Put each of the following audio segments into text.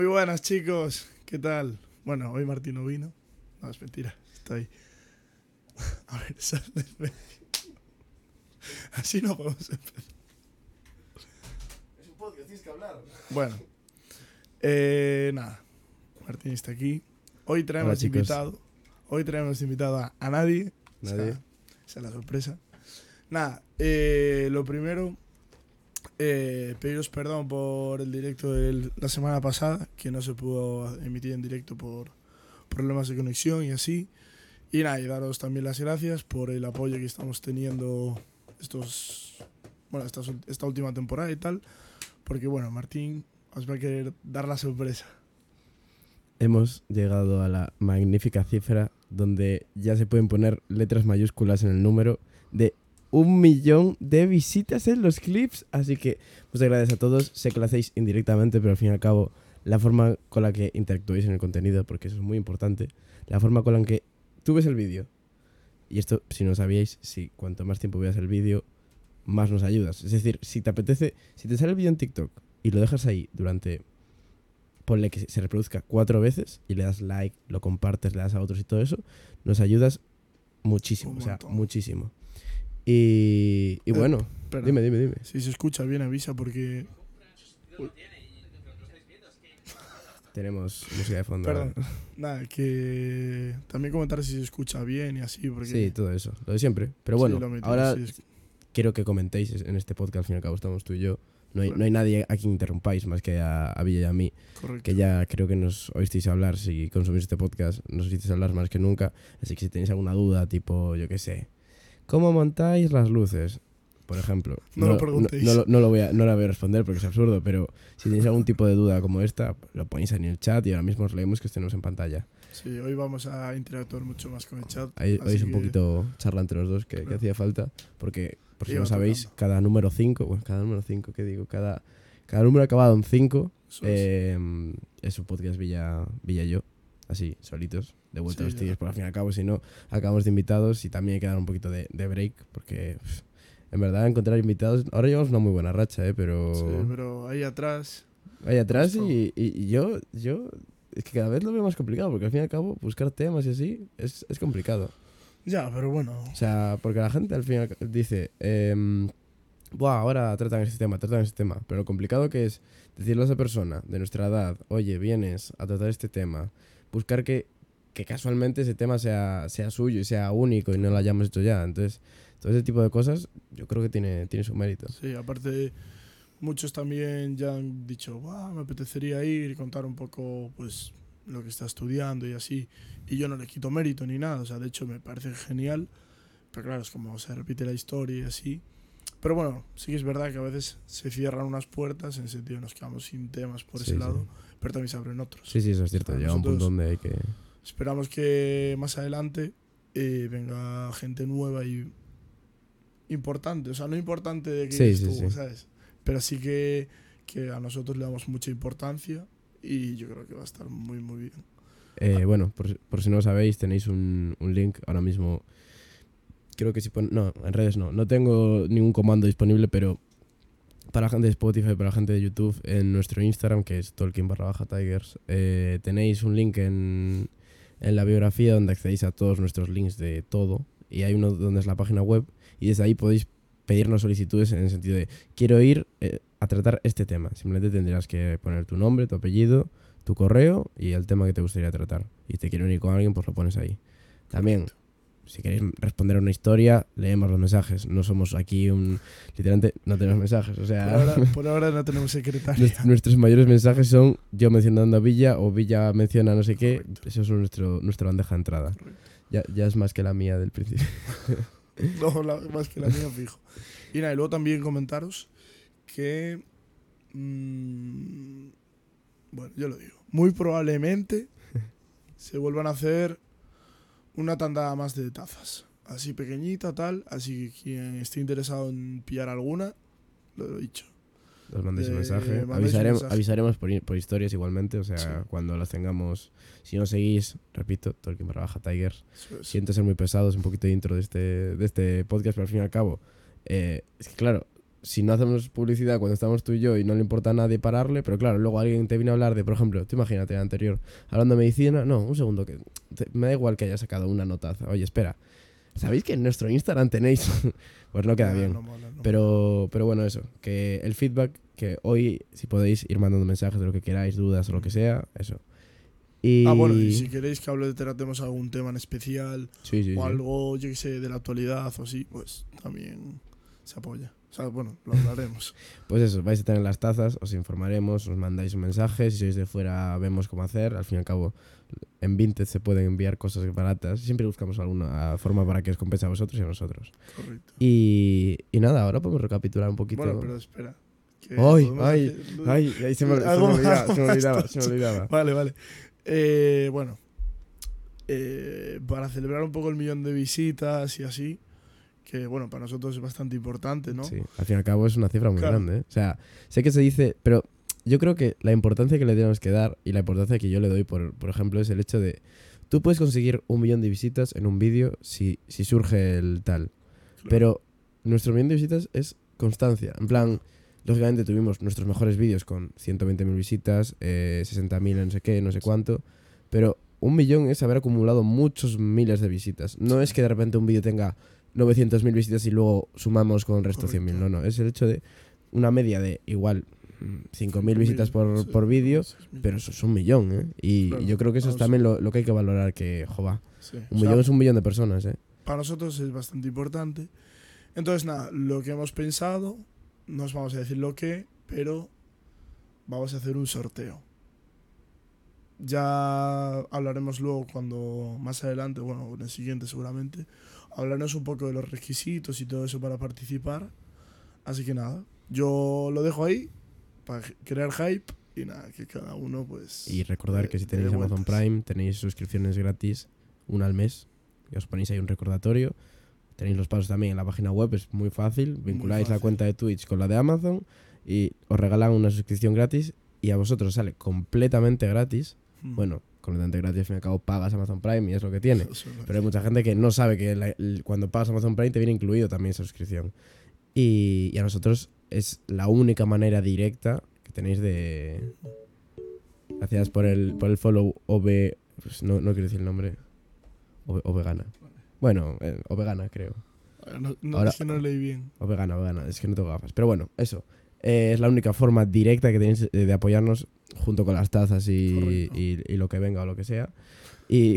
Muy buenas, chicos. ¿Qué tal? Bueno, hoy Martín no vino. No, es mentira. Está ahí. A ver, sal del medio. Así no podemos empezar. Es un podcast, tienes que hablar. Bueno. Nada. Martín está aquí. Hoy traemos invitado. Hoy traemos invitado a nadie. Nadie. Esa es la sorpresa. Nada. Lo primero... pediros perdón por el directo de la semana pasada, que no se pudo emitir en directo por problemas de conexión y así. Y nada, y daros también las gracias por el apoyo que estamos teniendo esta última temporada y tal. Porque bueno, Martín os va a querer dar la sorpresa. Hemos llegado a la magnífica cifra donde ya se pueden poner letras mayúsculas en el número de 1 millón de visitas en los clips, así que muchas gracias a todos. Sé que lo hacéis indirectamente, pero al fin y al cabo la forma con la que interactuáis en el contenido, porque eso es muy importante, la forma con la que tú ves el vídeo, y esto si no sabíais, si cuanto más tiempo veas el vídeo más nos ayudas. Es decir, si te apetece, si te sale el vídeo en TikTok y lo dejas ahí durante, ponle que se reproduzca 4 veces y le das like, lo compartes, le das a otros y todo eso, nos ayudas muchísimo, o sea, muchísimo. Y bueno, espera. Dime. Si se escucha bien, avisa porque... Tenemos música de fondo. Perdón. Nada, que también comentar si se escucha bien y así, porque... Sí, todo eso, lo de siempre. Pero bueno, sí, ahora sí, quiero que comentéis en este podcast, al fin y al cabo estamos tú y yo. No hay nadie a quien interrumpáis más que a Villa y a mí. Correcto. Que ya creo que nos oísteis hablar, si consumís este podcast, nos oísteis hablar más que nunca. Así que si tenéis alguna duda, tipo, yo qué sé, ¿cómo montáis las luces? Por ejemplo. No lo preguntéis. No la voy a responder porque es absurdo, pero si tenéis algún tipo de duda como esta, lo ponéis en el chat y ahora mismo os leemos que os tenemos en pantalla. Sí, hoy vamos a interactuar mucho más con el chat. Hoy es un poquito charla entre los dos que hacía falta, porque por si no sabéis, tocando. cada número 5, ¿qué digo? Cada número acabado en 5 es un podcast Villa yo, así, solitos, de vuelta a los tíos, porque al fin y al cabo, si no, acabamos de invitados y también hay que dar un poquito de break, porque en verdad encontrar invitados, ahora llevamos una muy buena racha, pero... Sí, pero ahí atrás... y yo es que cada vez lo veo más complicado, porque al fin y al cabo buscar temas y así es complicado. Ya, pero bueno. O sea, porque la gente al final dice, ahora tratan este tema, pero lo complicado que es decirle a esa persona de nuestra edad, oye, vienes a tratar este tema, buscar que casualmente ese tema sea suyo y sea único y no lo hayamos hecho ya. Entonces, todo ese tipo de cosas yo creo que tiene su mérito. Sí, aparte muchos también ya han dicho, me apetecería ir y contar un poco pues lo que está estudiando y así. Y yo no le quito mérito ni nada, o sea, de hecho me parece genial. Pero claro, es como se repite la historia y así. Pero bueno, sí que es verdad que a veces se cierran unas puertas, en el sentido de nos quedamos sin temas por ese lado, pero también se abren otros. Sí, eso es cierto, llega un punto donde hay que... Esperamos que más adelante venga gente nueva y importante, o sea, no importante de que estuvo, ¿sabes? Pero sí que a nosotros le damos mucha importancia y yo creo que va a estar muy, muy bien. Bueno, por si no lo sabéis, tenéis un link ahora mismo. Creo que si no, en redes no tengo ningún comando disponible, pero para la gente de Spotify, para la gente de YouTube, en nuestro Instagram, que es Tolkien_Tigers, tenéis un link en la biografía donde accedéis a todos nuestros links de todo, y hay uno donde es la página web, y desde ahí podéis pedirnos solicitudes en el sentido de quiero ir a tratar este tema. Simplemente tendrás que poner tu nombre, tu apellido, tu correo y el tema que te gustaría tratar. Y te quiero unir con alguien, pues lo pones ahí. También, si queréis responder a una historia, leemos los mensajes. No somos aquí literalmente no tenemos mensajes. O sea, por ahora no tenemos secretaria. Nuestros mayores mensajes son yo mencionando a Villa o Villa menciona no sé qué. Correcto. Eso es nuestra bandeja de entrada. Ya es más que la mía del principio. No, más que la mía, fijo. Y nada, y luego también comentaros que... bueno, yo lo digo. Muy probablemente se vuelvan a hacer una tanda más de tazas. Así pequeñita, tal. Así que quien esté interesado en pillar alguna, lo he dicho. Os mandéis un mensaje. Avisaremos por historias igualmente. O sea, cuando las tengamos. Si no seguís, repito, Tolkien_Tigers. Siento ser muy pesado, es un poquito de intro de este podcast, pero al fin y al cabo, es que claro, si no hacemos publicidad cuando estamos tú y yo y no le importa a nadie pararle, pero claro, luego alguien te viene a hablar de, por ejemplo, tú imagínate anterior, hablando de medicina, no, un segundo, que me da igual que haya sacado una notaza. Oye, espera, ¿sabéis que en nuestro Instagram tenéis? Pues no queda bien. No mola, no Pero bueno, eso, que el feedback, que hoy, si podéis ir mandando mensajes de lo que queráis, dudas o lo que sea, eso. Y... bueno, y si queréis que tratemos algún tema en especial sí, o algo, yo que sé, de la actualidad o así, pues también se apoya. O sea, bueno, lo hablaremos. Pues eso, vais a tener las tazas, os informaremos, os mandáis un mensaje, si sois de fuera vemos cómo hacer, al fin y al cabo en Vinted se pueden enviar cosas baratas, siempre buscamos alguna forma para que os compense a vosotros y a nosotros. Correcto. Y nada, ahora podemos recapitular un poquito. Bueno, pero espera. Ay, se me olvidaba. Vale. Bueno, para celebrar un poco el 1.000.000 de visitas y así, que bueno, para nosotros es bastante importante, ¿no? Sí, al fin y al cabo es una cifra muy Claro. grande, ¿eh? O sea, sé que se dice, pero yo creo que la importancia que le tenemos que dar y la importancia que yo le doy, por ejemplo, es el hecho de tú puedes conseguir 1.000.000 de visitas en un vídeo si surge el tal. Claro. Pero nuestro 1.000.000 de visitas es constancia. En plan, lógicamente tuvimos nuestros mejores vídeos con 120.000 visitas, 60.000 en no sé qué, no sé cuánto, pero 1.000.000 es haber acumulado muchos miles de visitas. No es que de repente un vídeo tenga 900.000 visitas y luego sumamos con el resto 100.000. No. Es el hecho de una media de igual 5.000 visitas por vídeo, pero eso es 1.000.000, ¿eh? Y Claro, yo creo que eso es también lo que hay que valorar, que, joder, sí. 1.000.000 es 1.000.000 de personas, ¿eh? Para nosotros es bastante importante. Entonces, nada, lo que hemos pensado, no os vamos a decir lo que, pero vamos a hacer un sorteo. Ya hablaremos luego cuando más adelante, bueno, en el siguiente seguramente, hablaremos un poco de los requisitos y todo eso para participar. Así que nada, yo lo dejo ahí para crear hype y nada, que cada uno pues... Y recordar que si tenéis dé Amazon vueltas. Prime, tenéis suscripciones gratis, una al mes, y os ponéis ahí un recordatorio. Tenéis los pasos también en la página web, es muy fácil. Vinculáis la cuenta de Twitch con la de Amazon y os regalan una suscripción gratis y a vosotros sale completamente gratis. Bueno, completamente gratis, al fin y al cabo pagas Amazon Prime y es lo que tiene. Pero hay mucha gente que no sabe que cuando pagas Amazon Prime te viene incluido también esa suscripción. Y a nosotros es la única manera directa que tenéis de... Gracias por el follow pues no quiero decir el nombre. O vegana. Bueno, o vegana creo. Ahora, es que no leí bien. O vegana, es que no tengo gafas. Pero bueno, eso. Es la única forma directa que tenéis de apoyarnos junto con las tazas y lo que venga o lo que sea. Y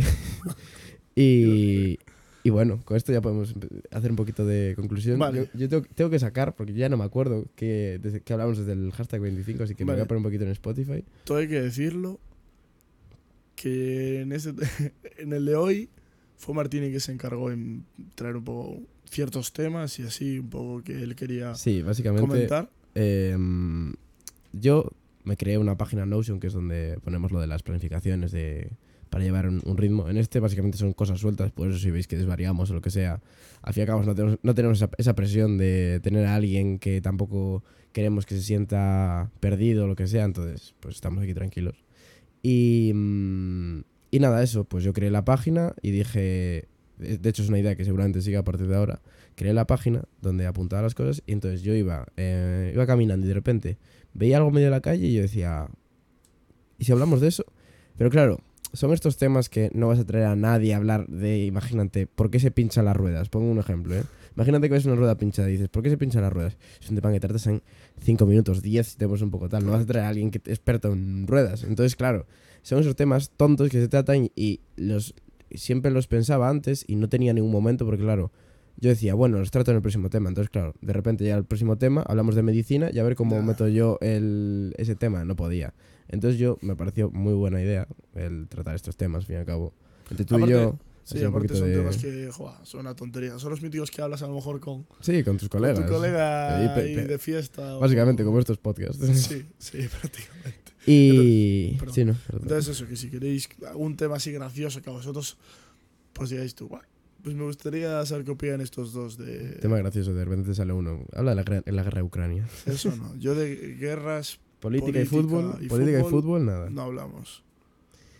bueno, con esto ya podemos hacer un poquito de conclusión. Vale. Yo tengo que sacar, porque ya no me acuerdo que hablamos desde el hashtag 25, así que me voy a poner un poquito en Spotify. Todo hay que decirlo, que en el de hoy fue Martini que se encargó en traer un poco ciertos temas y así un poco que él quería básicamente, comentar. Yo me creé una página Notion, que es donde ponemos lo de las planificaciones para llevar un ritmo. En básicamente son cosas sueltas, por eso si veis que desvariamos o lo que sea, al fin y al cabo no tenemos esa presión de tener a alguien que tampoco queremos que se sienta perdido o lo que sea, entonces pues estamos aquí tranquilos. Y nada, eso, pues yo creé la página y dije, de hecho es una idea que seguramente siga a partir de ahora, creé la página donde apuntaba las cosas y entonces yo iba caminando y de repente veía algo medio de la calle y yo decía, ¿y si hablamos de eso? Pero claro, son estos temas que no vas a traer a nadie a hablar de, imagínate, ¿por qué se pinchan las ruedas? Pongo un ejemplo, ¿eh? Imagínate que ves una rueda pinchada y dices, ¿por qué se pinchan las ruedas? Es un tema que tratas en 5 minutos, 10 si te pones un poco tal. No vas a traer a alguien que experto en ruedas. Entonces, claro, son esos temas tontos que se tratan y siempre los pensaba antes y no tenía ningún momento porque, claro, yo decía, bueno, los trato en el próximo tema. Entonces, claro, de repente llega el próximo tema, hablamos de medicina y a ver cómo meto yo ese tema. No podía. Entonces me pareció muy buena idea el tratar estos temas, al fin y al cabo. Entre tú y yo... Sí, aparte son temas que, son una tontería. Son los míticos que hablas a lo mejor con tus colegas. Con tu colega y de fiesta. Básicamente, como estos podcasts. Sí, prácticamente. Entonces eso, que si queréis algún tema así gracioso que a vosotros, pues digáis tú, pues me gustaría saber qué opinan estos dos de... Tema gracioso, de repente te sale uno. Habla de la guerra de Ucrania. Eso no. Yo de guerras... Política y fútbol, nada. No hablamos.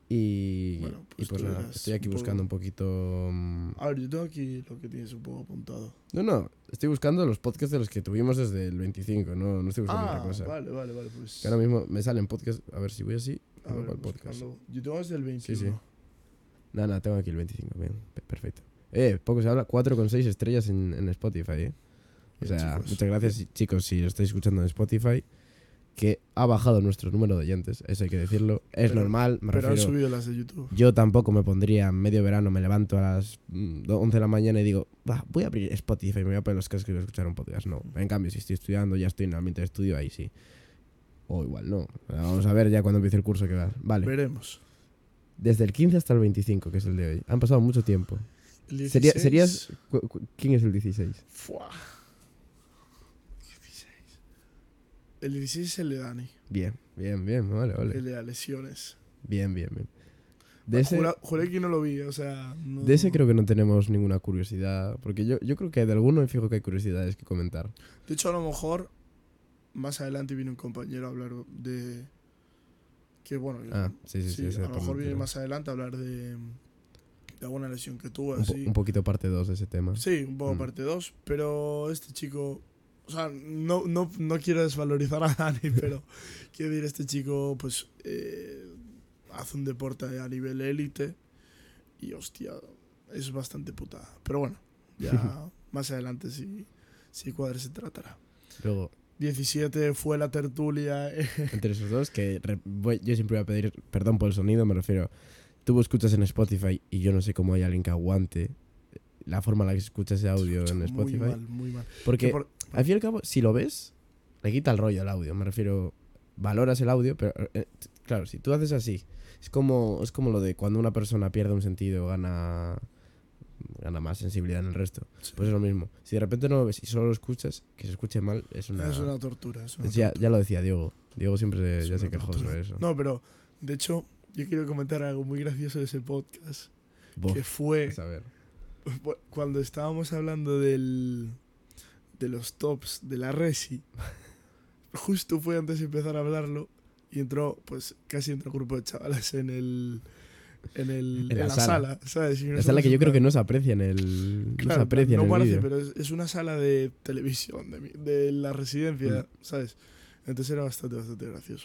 Y, Bueno, y pues tú nada, dirás estoy aquí un poco. buscando un poquito... A ver, yo tengo aquí lo que tienes un poco apuntado. No, estoy buscando los podcasts de los que tuvimos desde el 25, no estoy buscando otra cosa. Vale, Que ahora pues... mismo me salen podcasts, a ver si voy así, A voy ver, para el podcast. buscando. Yo tengo desde el 21. Sí. Nada, tengo aquí el 25, bien, perfecto. Poco se habla, 4,6 estrellas en Spotify, O Bien, sea, chicos. muchas gracias, chicos, si lo estáis escuchando en Spotify, que ha bajado nuestro número de oyentes, eso hay que decirlo. Es Pero- normal, me Pero han refiero... subido las de YouTube. Yo tampoco me pondría en medio verano, me levanto a las 11 de la mañana y digo, voy a abrir Spotify, me voy a poner los cascos y voy a escuchar un podcast. No, en cambio, si estoy estudiando, ya estoy en el ambiente de estudio, ahí sí. O igual no. Vamos a ver ya cuando empiece el curso que va. Vale, Veremos. desde el 15 hasta el 25, que es el de hoy. Han pasado mucho tiempo. El 16... ¿Serías... ¿Quién es el 16? Fua. 16. El 16 es el de Dani. Bien, vale. El de las lesiones. Bien. De ese, Juré que no lo vi, o sea... No... de ese creo que no tenemos ninguna curiosidad, porque yo creo que de alguno me fijo que hay curiosidades que comentar. De hecho, a lo mejor más adelante viene un compañero a hablar de... Que bueno... Sí, a lo mejor viene más adelante a hablar de alguna lesión que tuvo, así. un poquito parte 2 de ese tema. Sí, un poco parte 2, pero este chico... O sea, no quiero desvalorizar a Dani, pero quiero decir, este chico pues hace un deporte a nivel élite y hostia, es bastante putada. Pero bueno, ya más adelante si cuadre se tratará. Luego, 17 fue la tertulia. entre esos dos, que yo siempre voy a pedir perdón por el sonido, me refiero, tú escuchas en Spotify y yo no sé cómo hay alguien que aguante la forma en la que se escucha ese audio en Spotify. Muy mal. Porque, al fin y al cabo, si lo ves, le quita el rollo al audio. Me refiero, valoras el audio, pero claro, si tú haces así, es como lo de cuando una persona pierde un sentido, gana más sensibilidad en el resto. Sí. Pues es lo mismo. Si de repente no lo ves y solo lo escuchas, que se escuche mal, es una tortura. ya lo decía Diego. Diego siempre ya se una quejó tortura. sobre eso. No, pero de hecho, yo quiero comentar algo muy gracioso de ese podcast. Bof, Que fue a ver. cuando estábamos hablando de los tops de la Resi. Justo fue antes de empezar a hablarlo y casi entró un grupo de chavales en la sala, ¿sabes? La sala que yo creo que no se aprecia en el. Claro, no se aprecia no en el parece, vídeo. pero es una sala de televisión de la residencia, ¿sabes? Entonces era bastante gracioso.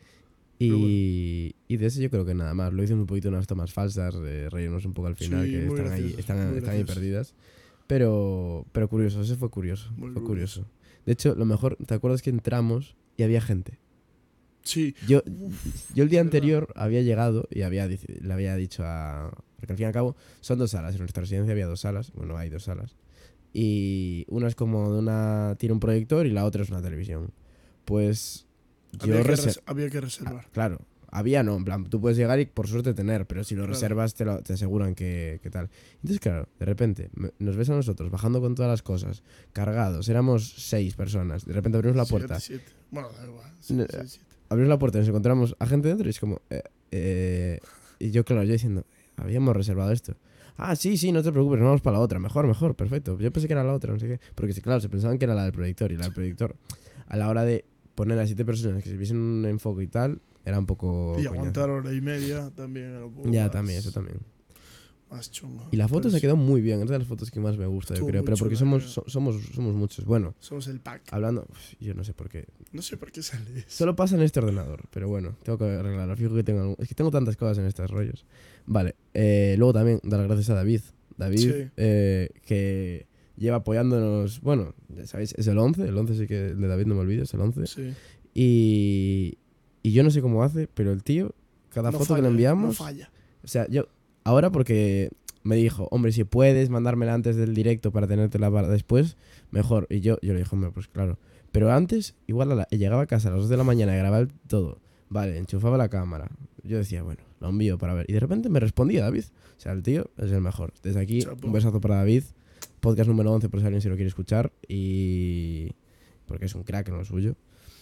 Y de ese yo creo que nada más. Lo hice un poquito unas tomas falsas, reírnos un poco al final, Sí, que muy están gracioso, están muy ahí gracioso. perdidas. Pero curioso, ese fue curioso. Muy Fue curioso. curioso. De hecho, lo mejor, ¿te acuerdas que entramos y había gente? Sí. Yo el día es anterior había llegado y le había dicho a... Porque al fin y al cabo son 2 salas. En nuestra residencia había 2 salas. Bueno, hay 2 salas. Y una es como tiene un proyector y la otra es una televisión. Pues había que reservar. claro, no, en plan, tú puedes llegar y por suerte tener, pero si lo reservas te aseguran que tal. Entonces, claro, de repente nos ves a nosotros bajando con todas las cosas, cargados, éramos 6 personas, de repente abrimos la puerta. 7. Bueno, da igual. Abrimos la puerta y nos encontramos a gente dentro y es como... y yo diciendo, habíamos reservado esto. Ah, sí, no te preocupes, nos vamos para la otra. Mejor, perfecto. Yo pensé que era la otra, no sé qué. Porque claro, se pensaban que era la del proyector. Y la del proyector, a la hora de poner a 7 personas que se viesen un enfoque y tal, era un poco... Y aguantar hora y media también era un poco Ya, más, también, eso también. más chungo. Y la foto Pero se sí, quedó muy bien. Es de las fotos que más me gusta, yo Estuvo creo. muy Pero porque chula, somos muchos. Bueno, somos el pack. hablando... Yo no sé por qué. No sé por qué sale eso. Solo pasa en este ordenador, pero bueno, tengo que arreglarlo. Fijo que es que tengo tantas cosas en estos rollos. Vale, luego también dar las gracias a David. Sí. Que lleva apoyándonos, bueno, ya sabéis, es el 11 sí que el de David no me olvido, es el 11. Sí. Y yo no sé cómo hace, pero el tío, cada foto que le enviamos... No falla. O sea, yo, ahora porque me dijo, hombre, si puedes mandármela antes del directo para tenértela para después, mejor. Y yo le dije, hombre, pues claro. Pero antes, igual llegaba a casa a las 2 de la mañana, grababa todo. Vale, enchufaba la cámara. Yo decía, bueno, lo envío para ver. Y de repente me respondía David. O sea, el tío es el mejor. Desde aquí, Chapo. un besazo para David. Podcast número 11 por si alguien se lo quiere escuchar. Y... porque es un crack en lo suyo.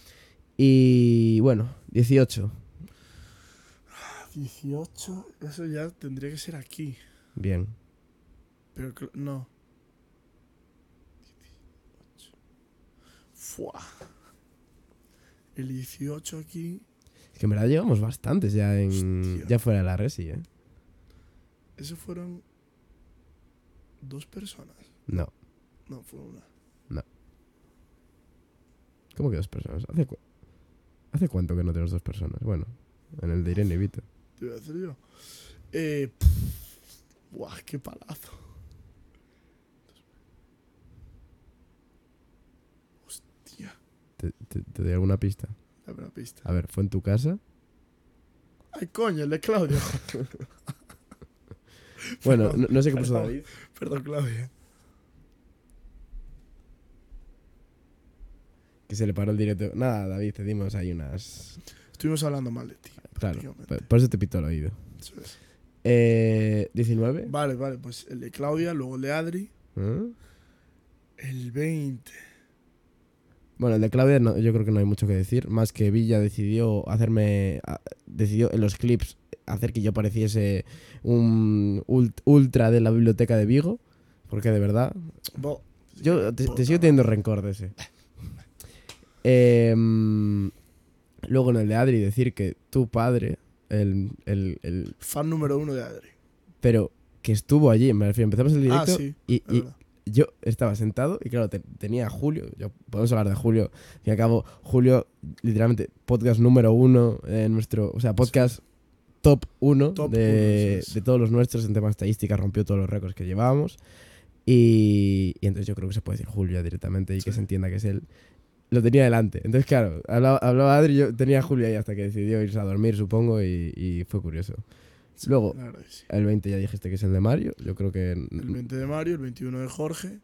Y bueno, 18. 18, eso ya tendría que ser aquí. Bien. Pero no. 18. Fua. El 18 aquí. Que en verdad llevamos bastantes ya Hostia. ya fuera de la resi, ¿eh? Eso fueron 2 personas. No. No, fue una. ¿Cómo que 2 personas? ¿Hace cuánto que no tenemos 2 personas? Bueno, en el de Irene y Vito. Te voy a decir yo. Buah, qué palazo. Hostia. ¿Te doy alguna pista? Dame una pista. A ver, ¿fue en tu casa? Ay, coño, el de Claudia. Bueno, Perdón, no sé qué puso perdón. David. Perdón, Claudia. Que se le paró el directo. Nada, David, te dimos ahí unas... Estuvimos hablando mal de ti. Claro, prácticamente. por eso te pitó el oído. Eso es. 19. Vale, pues el de Claudia, luego el de Adri. ¿Eh? El 20. Bueno, el de Claudia yo creo que no hay mucho que decir. Más que Villa decidió decidió en los clips hacer que yo pareciese un ultra de la biblioteca de Vigo. Porque de verdad, yo te sigo teniendo rencor de ese. Luego en el de Adri decir que tu padre, el Fan número 1 de Adri. pero que estuvo allí, me refiero, empezamos el directo Sí. y es verdad. yo estaba sentado y claro, tenía a Julio, podemos hablar de Julio, al fin y al cabo, Julio, literalmente, podcast número 1 en nuestro, o sea, podcast top 1 Top de, uno, eso es. de todos los nuestros en temas estadísticas, rompió todos los récords que llevábamos y entonces yo creo que se puede decir Julio directamente y que Sí. se entienda que es él. Lo tenía delante, entonces claro, hablaba Adri, yo tenía a Julio ahí hasta que decidió irse a dormir, supongo, y fue curioso. Luego, La verdad que sí. el 20 ya dijiste que es el de Mario, yo creo que... El 20 de Mario, el 21 de Jorge.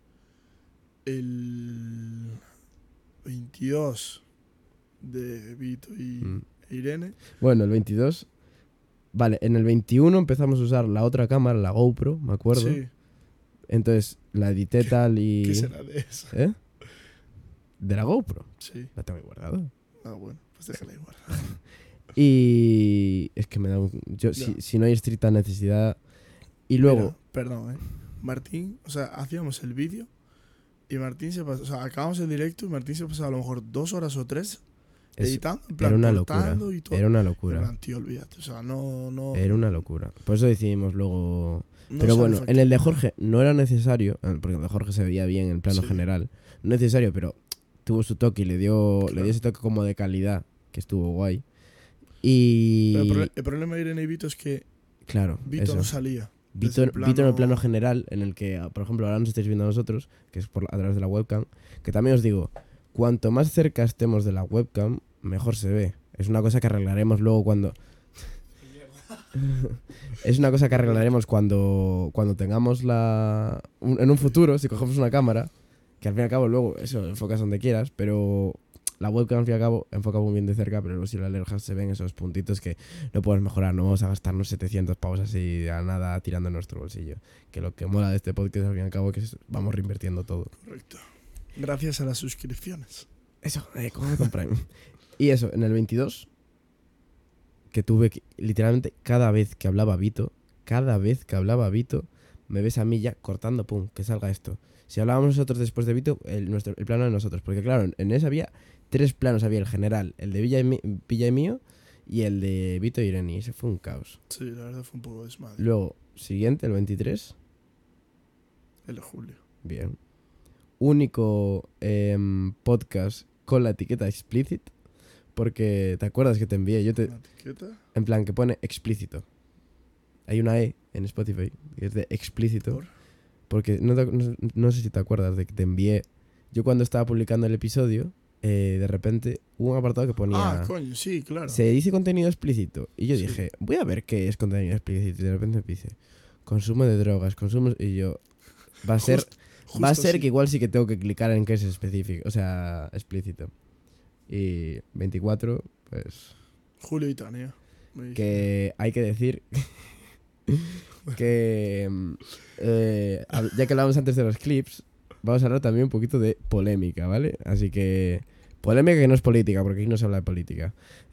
El 22 de Vito Mm. e Irene. Bueno, el 22... Vale, en el 21 empezamos a usar la otra cámara, la GoPro, me acuerdo. Sí. Entonces la edité tal y... ¿Qué será de eso? ¿Eh? De la GoPro. Sí. La tengo ahí guardada. Ah, bueno, pues déjala igual. Y... Es que me da un... Yo, Ya. si no hay estricta necesidad... Y luego... Mira, perdón, Martín, o sea, hacíamos el vídeo y Martín se pasó, o sea, acabamos el directo y Martín se pasaba a lo mejor 2 horas o 3 es- editando, en plan, era una locura. cortando y todo. Era una En locura. plan, tío, olvídate, o sea, no. Era una locura. Por eso decidimos luego... no Pero sale bueno, en el de factible. Jorge no era necesario, porque el de Jorge se veía bien en el plano Sí. general. No necesario, pero tuvo su toque y le dio Claro. ese toque como de calidad, que estuvo guay. Y... Pero el problema de Irene y Vito es que claro, Vito eso. no salía. Vito, desde el Vito en el plano- plano general, en el que, por ejemplo, ahora nos estáis viendo a nosotros, que es a través de la webcam, que también os digo, cuanto más cerca estemos de la webcam, mejor se ve. Es una cosa que arreglaremos luego cuando... Es una cosa que arreglaremos cuando tengamos en un futuro, si cogemos una cámara, que al fin y al cabo luego, eso, enfocas donde quieras, pero la webcam al fin y al cabo enfoca muy bien de cerca, pero luego si la alejas se ven esos puntitos que no puedes mejorar, no vamos a gastarnos 700 pavos así a nada tirando en nuestro bolsillo. Que lo que mola de este podcast al fin y al cabo es que vamos reinvirtiendo todo. Correcto. Gracias a las suscripciones. Eso, como Amazon Prime. Y eso, en el 22, que tuve que, literalmente, cada vez que hablaba Vito, me ves a mí ya cortando, pum, que salga esto. Si hablábamos nosotros después de Vito, el plano de nosotros. Porque claro, en ese había 3 planos. Había el general, el de Villa y mío, y el de Vito y Irene. Y ese fue un caos. Sí, la verdad fue un poco desmadre. Luego, siguiente, el 23. El de Julio. Bien. Único podcast con la etiqueta explicit. Porque, ¿te acuerdas que te envié? Una etiqueta. En plan, que pone explícito. Hay una E en Spotify que es de explícito. ¿Por? Porque no sé si te acuerdas de que te envié. Yo cuando estaba publicando el episodio, de repente hubo un apartado que ponía... Ah, coño, sí, claro. Se dice contenido explícito. Y yo Sí. dije, voy a ver qué es contenido explícito. Y de repente me dice, consumo de drogas, consumo... Y yo, va a ser Justo sí. que igual sí que tengo que clicar en qué es específico. O sea, explícito. Y 24, pues... Julio y Tania. Me dije. Que hay que decir que ya que hablábamos antes de los clips, vamos a hablar también un poquito de polémica, ¿vale? Así que polémica que no es política, porque aquí no se habla de política.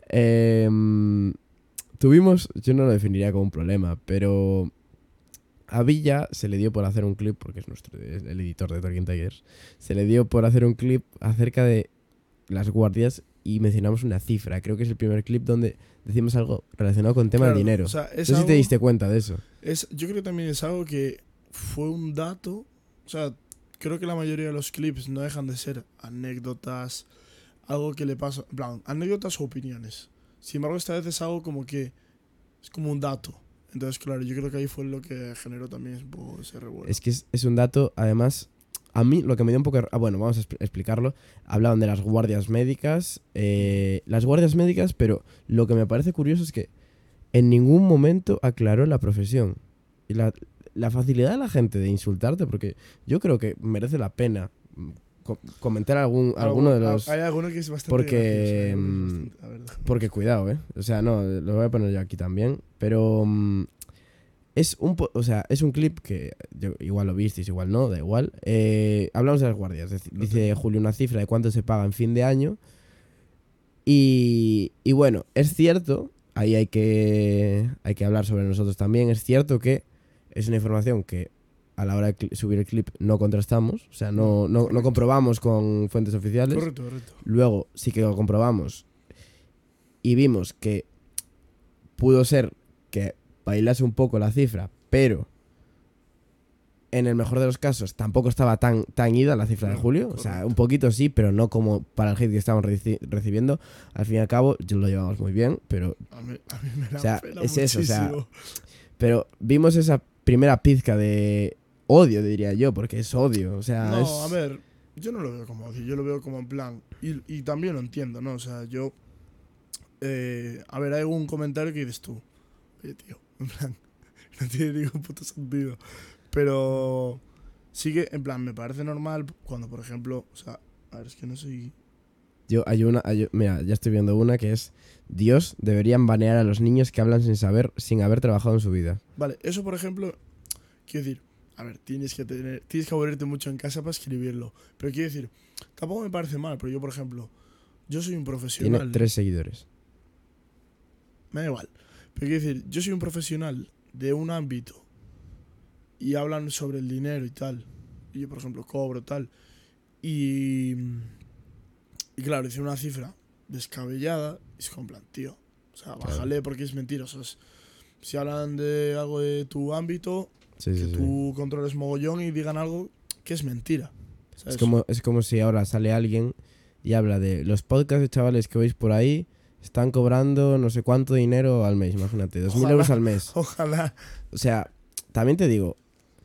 Tuvimos, yo no lo definiría como un problema, pero a Villa se le dio por hacer un clip, porque es el editor de Talking Tigers, se le dio por hacer un clip acerca de las guardias y mencionamos una cifra. Creo que es el primer clip donde decimos algo relacionado con tema de dinero. O sea, No sé si te diste cuenta de eso. Yo creo que también es algo que fue un dato. O sea, creo que la mayoría de los clips no dejan de ser anécdotas, algo que le pasa, en plan, anécdotas o opiniones. Sin embargo, esta vez es algo como que es como un dato. Entonces, claro, yo creo que ahí fue lo que generó también un poco ese revuelo. Es que es un dato, además, a mí lo que me dio un poco... bueno, vamos a explicarlo. Hablaban de las guardias médicas. Las guardias médicas, pero lo que me parece curioso es que en ningún momento aclaró la profesión. Y la facilidad de la gente de insultarte, porque yo creo que merece la pena comentar alguno de los... Hay alguno que es bastante porque gracioso, porque cuidado, o sea, no, lo voy a poner yo aquí también, pero es un clip que igual lo visteis, igual no, da igual. Hablamos de las guardias. Dice Julio una cifra de cuánto se paga en fin de año. Y bueno, es cierto, ahí hay que hablar sobre nosotros también. Es cierto que es una información que a la hora de subir el clip no contrastamos, o sea, no comprobamos con fuentes oficiales. Correcto. Luego sí que lo comprobamos y vimos que pudo ser que bailase un poco la cifra, pero en el mejor de los casos tampoco estaba tan ida la cifra de Julio. O sea, un poquito sí, pero no como para el hit que estábamos recibiendo. Al fin y al cabo, lo llevamos muy bien, pero... A mí me la o sea, pela es eso, o sea... muchísimo. Pero vimos esa primera pizca de odio, diría yo, porque es odio, o sea... No, a ver, yo no lo veo como odio, yo lo veo como en plan... Y también lo entiendo, ¿no? O sea, yo... a ver, hay algún comentario que dices tú. Oye, tío, en plan... No tiene ningún puto sentido. Pero... Sí que, en plan, me parece normal cuando, por ejemplo... O sea, a ver, es que no soy... Mira, ya estoy viendo una que es: Dios, deberían banear a los niños que hablan sin haber trabajado en su vida. Vale, eso por ejemplo, quiero decir, a ver, tienes que aburrirte mucho en casa para escribirlo. Pero quiero decir, tampoco me parece mal, pero yo, por ejemplo, yo soy un profesional. Tiene 3 seguidores. Me da igual. Pero quiero decir, yo soy un profesional de un ámbito y hablan sobre el dinero y tal. Y yo, por ejemplo, cobro tal. Y claro, hice una cifra descabellada y es como en plan, tío. O sea, bájale porque es mentira. O sea, si hablan de algo de tu ámbito, Sí. tú controles mogollón y digan algo que es mentira. ¿Sabes? Es como si ahora sale alguien y habla de los podcasts de chavales que veis por ahí, están cobrando no sé cuánto dinero al mes, imagínate, 2.000 euros al mes. Ojalá. O sea, también te digo,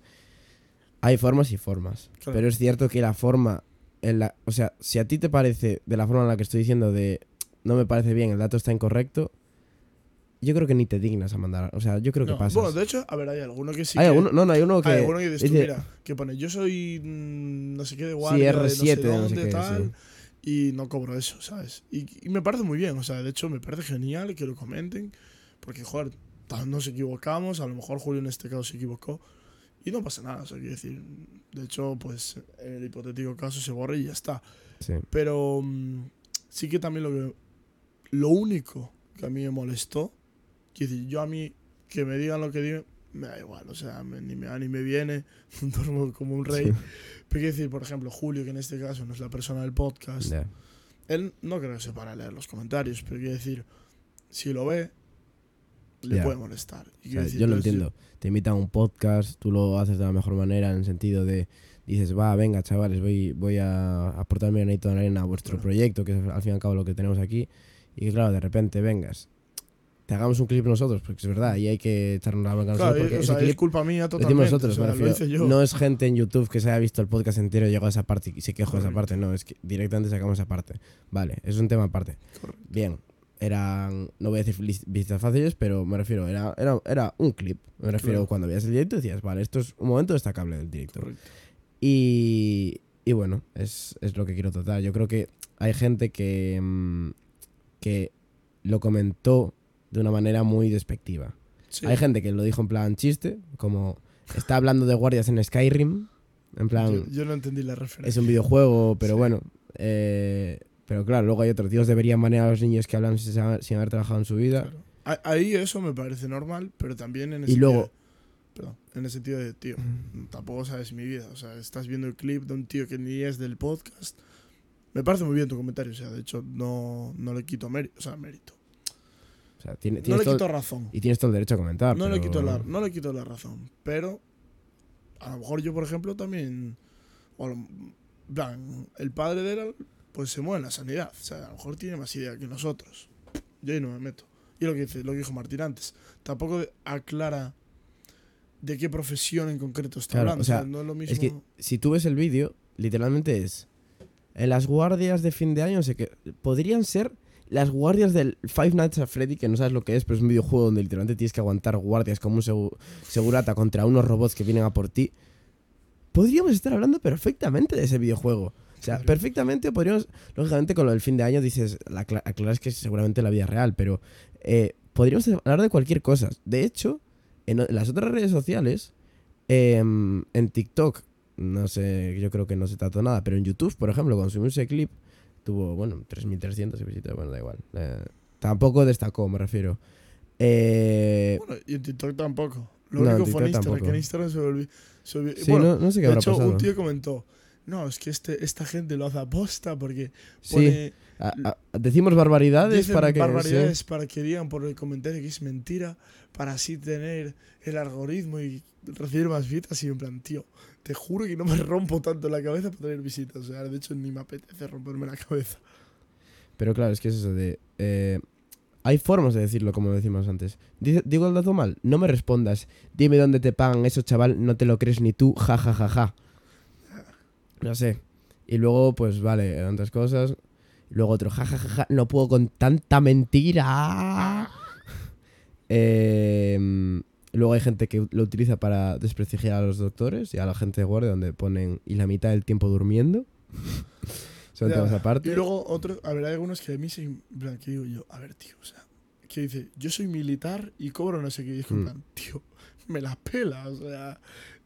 hay formas y formas. Claro. Pero es cierto que la forma... o sea, si a ti te parece, de la forma en la que estoy diciendo, de no me parece bien, el dato está incorrecto, yo creo que ni te dignas a mandar. O sea, yo creo que pasas. Bueno, de hecho, a ver, hay alguno que sí. Hay uno que... Hay alguno que dices tú, dice, mira, que pone, yo soy no sé qué de guardia, sí, R7, de no sé dónde, no sé qué, tal, sí. y no cobro eso, ¿sabes? Y me parece muy bien, o sea, de hecho me parece genial que lo comenten, porque, joder, nos equivocamos, a lo mejor Julio en este caso se equivocó, y no pasa nada, o sea, quiero decir, de hecho, pues, en el hipotético caso se borra y ya está. Sí. Pero sí que también lo único que a mí me molestó, quiero decir, yo a mí, que me digan lo que digan, me da igual, o sea, ni me va ni me viene, duermo como un rey. Sí. Pero quiero decir, por ejemplo, Julio, que en este caso no es la persona del podcast, Yeah. él no creo que se para a leer los comentarios, pero quiero decir, si lo ve, le puede molestar. Y O sea, decir, yo lo entonces, entiendo. Te invitan a un podcast, tú lo haces de la mejor manera, en el sentido de, dices, va, venga, chavales, voy a aportar mi granito de arena a vuestro Claro. proyecto, que es al fin y al cabo lo que tenemos aquí. Y claro, de repente vengas, te hagamos un clip nosotros, porque es verdad, y hay que echarnos la bronca a nosotros, porque o ese sea, es clip culpa mía lo totalmente. decimos nosotros, o sea, me lo refiero. hice yo. No es gente en YouTube que se haya visto el podcast entero y llegó a esa parte y se quejó de esa Correcto. parte, no, es que directamente sacamos esa parte. Vale, es un tema aparte. Correcto. Bien, eran, no voy a decir visitas fáciles, pero me refiero, era un clip. Me refiero, Claro. cuando veías el directo decías, vale, esto es un momento destacable del directo. Correcto. Y bueno, es lo que quiero tratar. Yo creo que hay gente que lo comentó de una manera muy despectiva. Sí. Hay gente que lo dijo en plan chiste, como está hablando de guardias en Skyrim, en plan, Yo no entendí la referencia. es un videojuego, pero Sí. bueno. Pero claro, luego hay otros. Dios deberían banear a los niños que hablan sin haber trabajado en su vida. Claro. Ahí eso me parece normal, pero también en el Y sentido luego- en el sentido de, tío, tampoco sabes mi vida. O sea, estás viendo el clip de un tío que ni es del podcast. Me parece muy bien tu comentario, o sea, de hecho no le quito mérito, o sea, mérito. O sea, No le quito razón. Y tienes todo el derecho a comentar. No pero... le quito la razón. Pero a lo mejor yo, por ejemplo, también. El padre de él, pues se mueve en la sanidad. O sea, a lo mejor tiene más idea que nosotros. Yo ahí no me meto. Y lo que dijo Martín antes. Tampoco aclara de qué profesión en concreto está hablando. O sea, no es lo mismo. Es que si tú ves el vídeo, literalmente es. En las guardias de fin de año, sé que podrían ser las guardias del Five Nights at Freddy, que no sabes lo que es, pero es un videojuego donde literalmente tienes que aguantar guardias como un segurata contra unos robots que vienen a por ti. Podríamos estar hablando perfectamente de ese videojuego. O sea, perfectamente podríamos... Lógicamente con lo del fin de año dices... Aclaras que es seguramente la vida real, pero... podríamos hablar de cualquier cosa. De hecho, en las otras redes sociales... en TikTok... No sé, yo creo que no se trató nada, pero en YouTube, por ejemplo, cuando subimos ese clip, tuvo, bueno, 3.300 visitas, bueno, da igual. Tampoco destacó, me refiero. Bueno, y en TikTok tampoco. Lo único fue en Instagram, tampoco. Que en Instagram se volvió... Sí, bueno, no sé qué habrá pasado. De hecho, un tío comentó, no, es que esta gente lo hace aposta porque pone... Sí, decimos barbaridades para que... Barbaridades para que digan por el comentario que es mentira, para así tener el algoritmo y recibir más visitas. Y en plan, tío, te juro que no me rompo tanto la cabeza para tener visitas. O sea, de hecho ni me apetece romperme la cabeza. Pero claro, es que es eso de... hay formas de decirlo, como decimos antes. ¿Digo el dato mal? No me respondas. Dime dónde te pagan eso, chaval. No te lo crees ni tú. Ja, ja, ja, ja. No sé. Y luego, pues vale, otras cosas. Y luego otro, ja, ja, ja, ja. No puedo con tanta mentira. Luego hay gente que lo utiliza para desprestigiar a los doctores y a la gente de guardia, donde ponen y la mitad del tiempo durmiendo. Son temas aparte. Y luego otros, a ver, hay algunos que a mí se... que digo yo, a ver, tío, o sea, que dice, yo soy militar y cobro no sé qué. Y es en plan, tío, me la pela, o sea...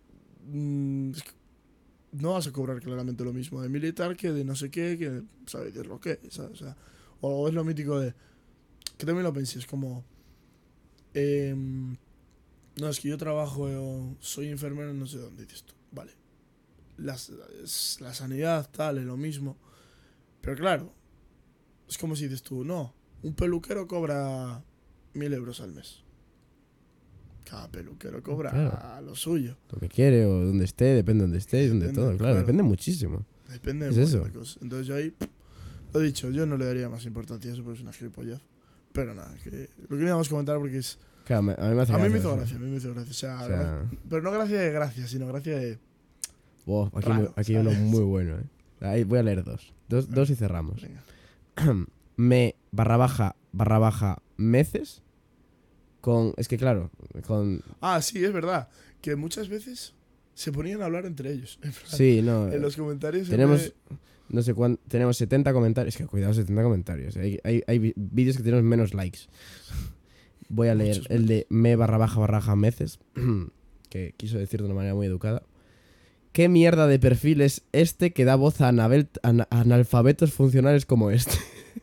no vas a cobrar claramente lo mismo de militar que de no sé qué, que sabes de lo que, ¿sabes? O sea, o es lo mítico de... Que también lo pensé, es como... no, es que yo trabajo, soy enfermero en no sé dónde, dices tú, vale. La sanidad, tal, es lo mismo. Pero claro, es como si dices tú, no, un peluquero cobra 1.000 euros al mes. Cada peluquero cobra lo suyo. Lo que quiere o donde esté, depende de donde esté y donde todo, claro, depende muchísimo. Depende de muchas cosas. Entonces yo ahí, lo he dicho, yo no le daría más importancia a eso porque es una gilipollez. Pero nada, que lo queríamos comentar porque es... Claro, a mí me hace gracia. A mí me hizo gracia, o sea, pero no gracia de gracia, sino gracia de... Aquí hay uno muy bueno, Ahí voy a leer dos y cerramos. Me / meces con... Es que claro, con... Ah, sí, es verdad. Que muchas veces se ponían a hablar entre ellos. Sí, no. En los comentarios... Tenemos... No sé cuánto... Tenemos 70 comentarios. Es que cuidado, 70 comentarios. Hay vídeos que tenemos menos likes. Voy a leer el de me / meces. Que quiso decir de una manera muy educada. ¿Qué mierda de perfil es este que da voz a analfabetos funcionales como este?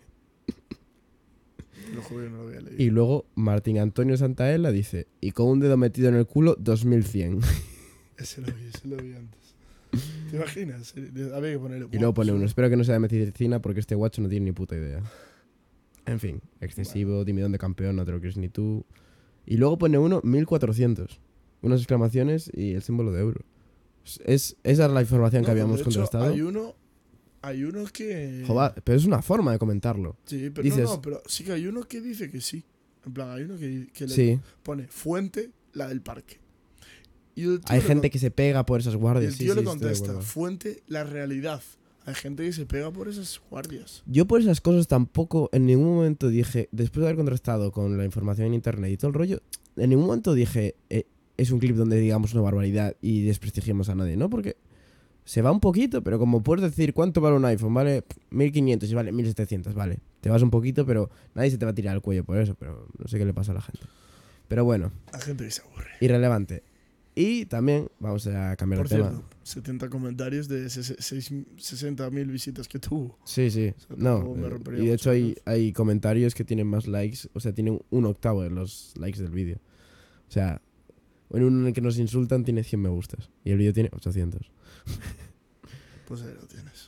No lo voy a leer. Y luego Martín Antonio Santaella dice, y con un dedo metido en el culo, 2100. Ese lo vi antes. ¿Te imaginas? Había que ponerle... Y luego pone uno, espero que no sea de medicina porque este guacho no tiene ni puta idea. En fin, excesivo, timidón de campeón, no te lo crees ni tú. Y luego pone uno, 1400. Unas exclamaciones y el símbolo de euro. Esa es la información que habíamos contrastado. Hay uno que... Joder, pero es una forma de comentarlo. Sí, pero dices, pero sí que hay uno que dice que sí. En plan, hay uno que le pone fuente, la del parque. Hay gente que se pega por esas guardias. Y el tío le contesta, fuente, la realidad. Hay gente que se pega por esas guardias. Yo por esas cosas tampoco en ningún momento dije, después de haber contrastado con la información en internet y todo el rollo, en ningún momento dije, es un clip donde digamos una barbaridad y desprestigiemos a nadie, ¿no? Porque se va un poquito, pero como puedes decir, ¿cuánto vale un iPhone? Vale 1.500 y vale 1.700, vale. Te vas un poquito, pero nadie se te va a tirar al cuello por eso, pero no sé qué le pasa a la gente. Pero bueno. La gente que se aburre. Irrelevante. Y también vamos a cambiar de tema. 70 comentarios de 60.000 visitas que tuvo. Sí, sí. O sea, no, y de hecho hay comentarios que tienen más likes, o sea, tienen 1/8 de los likes del vídeo. O sea, en uno en el que nos insultan tiene 100 me gustas y el vídeo tiene 800. Pues ahí lo tienes.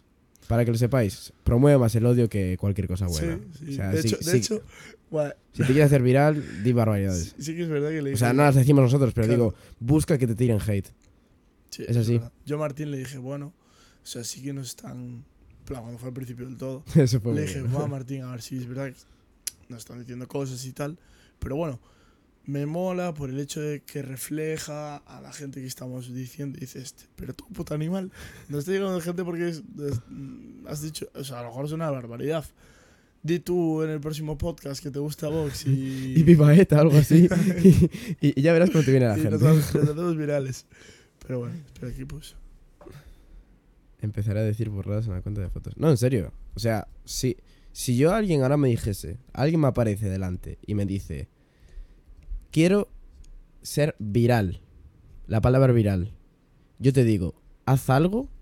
para que lo sepáis, promueve más el odio que cualquier cosa buena. Sí, sí. O sea, de sí, hecho, bueno, si te quieres hacer viral, di barbaridades. sí que es verdad que le dije. O sea, no las decimos nosotros, pero Claro. digo, busca que te tiren hate. Sí, es así. verdad. Yo a Martín le dije, bueno, o sea, sí que no están. En plan, cuando fue al principio del todo, Eso fue le muy dije, bueno. va Martín, a ver si es verdad que nos están diciendo cosas y tal. Pero bueno, me mola por el hecho de que refleja a la gente que estamos diciendo. Y dices, pero tú, puto animal, no está llegando gente porque has dicho, o sea, a lo mejor es una barbaridad. Di tú en el próximo podcast que te gusta Vox y. Y viva ETA, algo así. y ya verás cómo te viene la y gente. nos hacemos virales. Pero bueno, espera aquí, pues. Empezaré a decir borradas en la cuenta de fotos. No, en serio. O sea, si yo a alguien ahora me dijese, alguien me aparece delante y me dice, quiero ser viral, la palabra viral, yo te digo, haz algo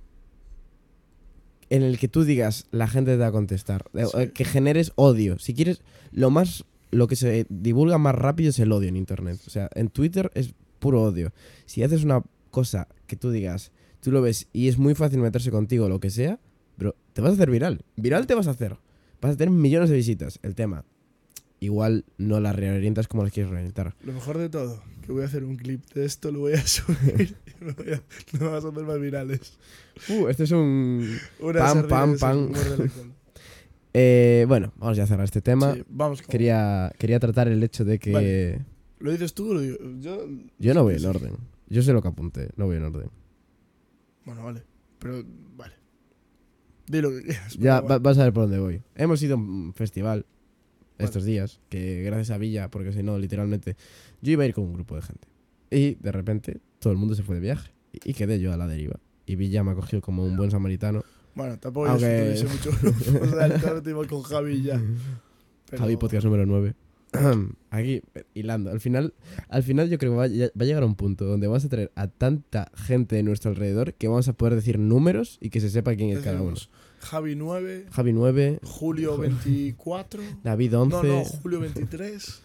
en el que tú digas, la gente te va a contestar, Sí. que generes odio. Si quieres, lo que se divulga más rápido es el odio en internet. O sea, en Twitter es puro odio. Si haces una cosa que tú digas, tú lo ves y es muy fácil meterse contigo, lo que sea, pero te vas a hacer viral. Viral te vas a hacer. Vas a tener millones de visitas. El tema, igual no las reorientas como las quieres reorientar. Lo mejor de todo, que voy a hacer un clip de esto, lo voy a subir y me vas a hacer más virales. Este es un... Una Pam, sardina pam, que se pam. muerde la cola. Bueno, vamos ya a cerrar este tema. Sí, vamos con... Quería tratar el hecho de que... Vale. ¿Lo dices tú o lo digo? Yo no voy en orden. Yo sé lo que apunté, no voy en orden. Bueno, vale. Pero, vale. Di lo que quieras. Ya pero vas a ver por dónde voy. Hemos ido a un festival Vale. estos días, que gracias a Villa, porque si no, literalmente, yo iba a ir con un grupo de gente. Y de repente, todo el mundo se fue de viaje. Y quedé yo a la deriva. Y Villa me acogió como un buen samaritano. Bueno, tampoco Aunque- yo mucho grupo. O sea, literalmente iba con Javi y ya. Pero- Javi Podcast número 9. Aquí, hilando. Al final yo creo que va a llegar a un punto donde vamos a tener a tanta gente de nuestro alrededor que vamos a poder decir números y que se sepa quién es cada uno. Decimos, Javi 9, Javi 9, Julio 24. David 11. No, Julio 23.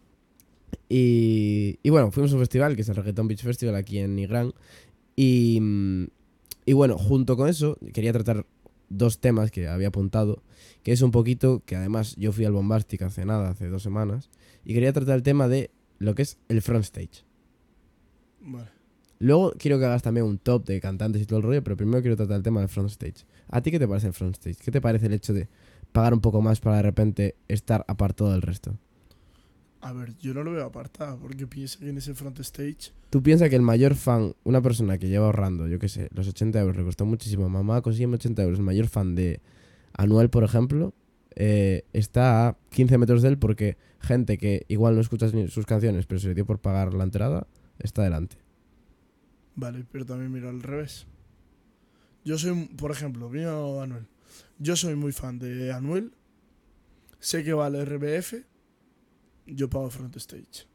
Y bueno, fuimos a un festival que es el Reggaeton Beach Festival aquí en Nigrán. Y bueno, junto con eso, quería tratar dos temas que había apuntado, que es un poquito, que además yo fui al Bombastic hace 2 semanas, y quería tratar el tema de lo que es el front stage. Vale. Luego quiero que hagas también un top de cantantes y todo el rollo, pero primero quiero tratar el tema del front stage. ¿A ti qué te parece el front stage? ¿Qué te parece el hecho de pagar un poco más para de repente estar apartado del resto? A ver, yo no lo veo apartado porque pienso que en ese front stage. ¿Tú piensas que el mayor fan, una persona que lleva ahorrando, yo qué sé, los 80 euros, le costó muchísimo, mamá, consígueme 80 euros, el mayor fan de Anuel, por ejemplo, está a 15 metros de él porque gente que igual no escucha sus canciones, pero se le dio por pagar la entrada, está delante? Vale, pero también miro al revés. Yo soy, por ejemplo, mío Anuel. Yo soy muy fan de Anuel. Sé que vale RBF. Yo pago front stage.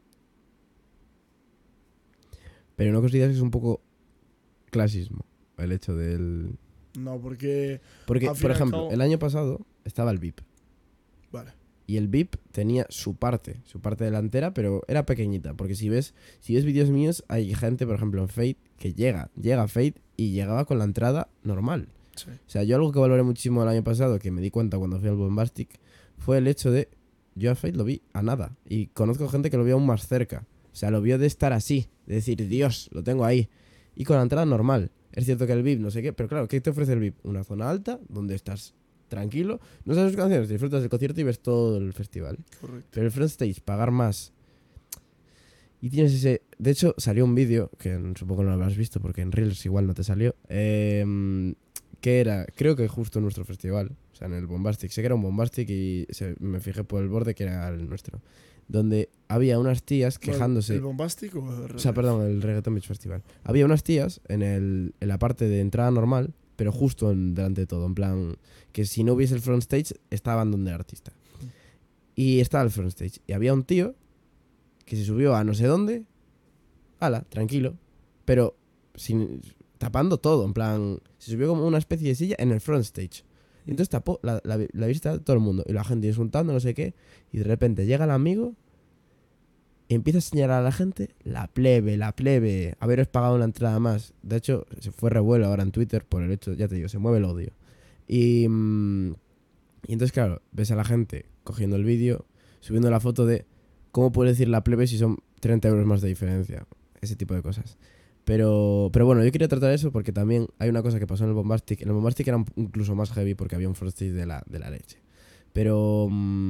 Pero ¿no consideras que es un poco clasismo el hecho del...? No, porque. Porque, Al fin por y al ejemplo, cabo- el año pasado estaba el VIP. Vale. Y el VIP tenía su parte delantera, pero era pequeñita. Porque si ves vídeos míos, hay gente, por ejemplo, en Fate, que llega a Fate y llegaba con la entrada normal. Sí. O sea, yo algo que valoré muchísimo el año pasado, que me di cuenta cuando fui al Bombastic, fue el hecho de, yo a Fate lo vi a nada. Y conozco gente que lo vio aún más cerca. O sea, lo vio de estar así, de decir, Dios, lo tengo ahí. Y con la entrada normal. Es cierto que el VIP, no sé qué, pero claro, ¿qué te ofrece el VIP? Una zona alta, donde estás tranquilo, no sabes sus canciones, disfrutas del concierto y ves todo el festival. Correcto. Pero el front stage, pagar más. Y tienes ese... De hecho, salió un vídeo, que supongo que no lo habrás visto porque en Reels igual no te salió, que era, creo que justo en nuestro festival, o sea, en el Bombastic. Sé que era un Bombastic y me fijé por el borde que era el nuestro. Donde había unas tías quejándose... ¿El Bombastic o el O sea, perdón, el Reggaeton Beach Festival. Había unas tías en la parte de entrada normal, pero justo delante de todo. En plan, que si no hubiese el front stage, estaban donde el artista. Y estaba el front stage. Y había un tío que se subió a no sé dónde. Ala, tranquilo. Pero tapando todo. En plan, se subió como una especie de silla en el front stage. Y entonces tapó la vista de todo el mundo. Y la gente insultando, no sé qué. Y de repente llega el amigo y empieza a señalar a la gente, la plebe, haberos pagado una entrada más. De hecho, se fue revuelo ahora en Twitter por el hecho, ya te digo, se mueve el odio. Y entonces, claro, ves a la gente cogiendo el vídeo, subiendo la foto de cómo puede decir la plebe si son 30 euros más de diferencia. Ese tipo de cosas. Pero bueno, yo quería tratar eso porque también hay una cosa que pasó en el Bombastic. En el Bombastic era incluso más heavy porque había un frontstage de la leche. Pero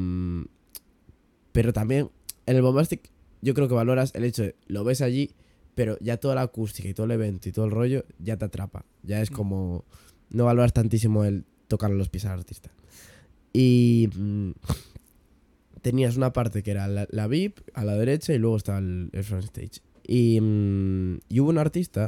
también en el Bombastic yo creo que valoras el hecho de lo ves allí, pero ya toda la acústica y todo el evento y todo el rollo ya te atrapa. Ya es como... No valoras tantísimo el tocar los pies al artista. Y tenías una parte que era la VIP a la derecha y luego estaba el frontstage. Y hubo un artista,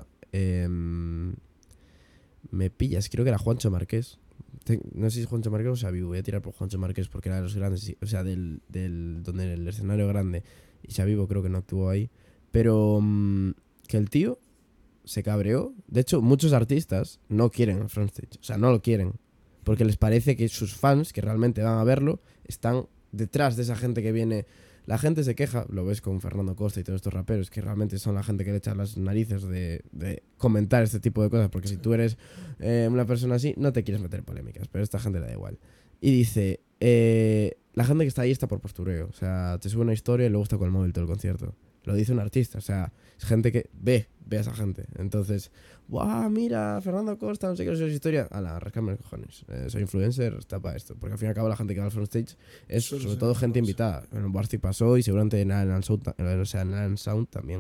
me pillas, creo que era Juancho Márquez. No sé si es Juancho Márquez o Xaviu, voy a tirar por Juancho Márquez porque era de los grandes, o sea, donde el escenario grande. Y Xaviu creo que no actuó ahí. Pero que el tío se cabreó. De hecho, muchos artistas no quieren el frontstage, o sea, no lo quieren. Porque les parece que sus fans, que realmente van a verlo, están detrás de esa gente que viene. La gente se queja, lo ves con Fernando Costa y todos estos raperos, que realmente son la gente que le echa las narices de comentar este tipo de cosas, porque si tú eres una persona así, no te quieres meter en polémicas, pero a esta gente le da igual. Y dice, la gente que está ahí está por postureo, o sea, te sube una historia y luego está con el móvil todo el concierto. Lo dice un artista, o sea, es gente que ve a esa gente. Entonces, ¡guau! Mira, Fernando Costa, no sé qué es su historia. Ala, rascame los cojones. Soy influencer, está para esto. Porque al fin y al cabo la gente que va al frontstage es sobre todo gente invitada. En el Bombastic pasó y seguramente en Alan Sound también.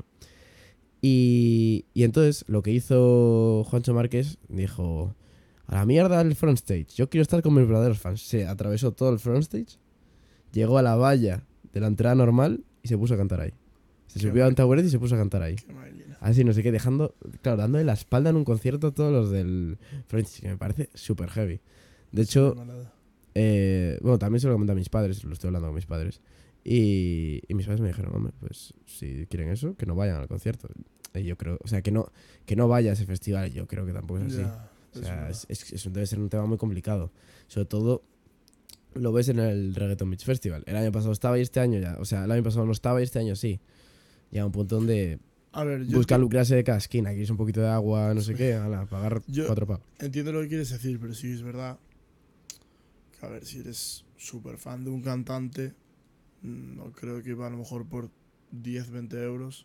Y entonces lo que hizo Juancho Márquez dijo: a la mierda el frontstage, yo quiero estar con mis verdaderos fans. Se atravesó todo el frontstage, llegó a la valla de la entrada normal y se puso a cantar ahí. Se subió a un taburete y se puso a cantar ahí. Así, no sé qué, dándole la espalda en un concierto a todos los del French, que me parece súper heavy. De hecho, bueno, también se lo comenté a mis padres, lo estoy hablando con mis padres. Y mis padres me dijeron, hombre, pues si quieren eso, que no vayan al concierto. Y yo creo, o sea, que no vaya a ese festival, yo creo que tampoco es así. O sea, eso debe ser un tema muy complicado. Sobre todo, lo ves en el Reggaeton Beach Festival. El año pasado estaba y este año ya. O sea, el año pasado no estaba y este año sí. Llega un punto donde busca lucrarse de cada esquina. Quieres un poquito de agua, no sé qué, pagar 4 pavos. Entiendo lo que quieres decir, pero sí es verdad que, a ver, si eres súper fan de un cantante, no creo que a lo mejor por 10, 20 euros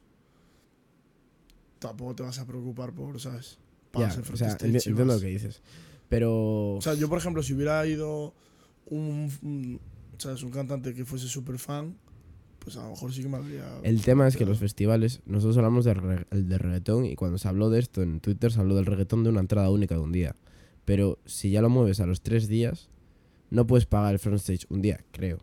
tampoco te vas a preocupar por, ¿sabes? Ya, o sea, entiendo lo que dices. Pero... O sea, yo, por ejemplo, si hubiera ido ¿sabes? Un cantante que fuese súper fan, pues a lo mejor sí que me habría... El tema es que los festivales, nosotros hablamos de reggaetón y cuando se habló de esto en Twitter se habló del reggaetón de una entrada única de un día. Pero si ya lo mueves a los 3 días, no puedes pagar el frontstage un día, creo.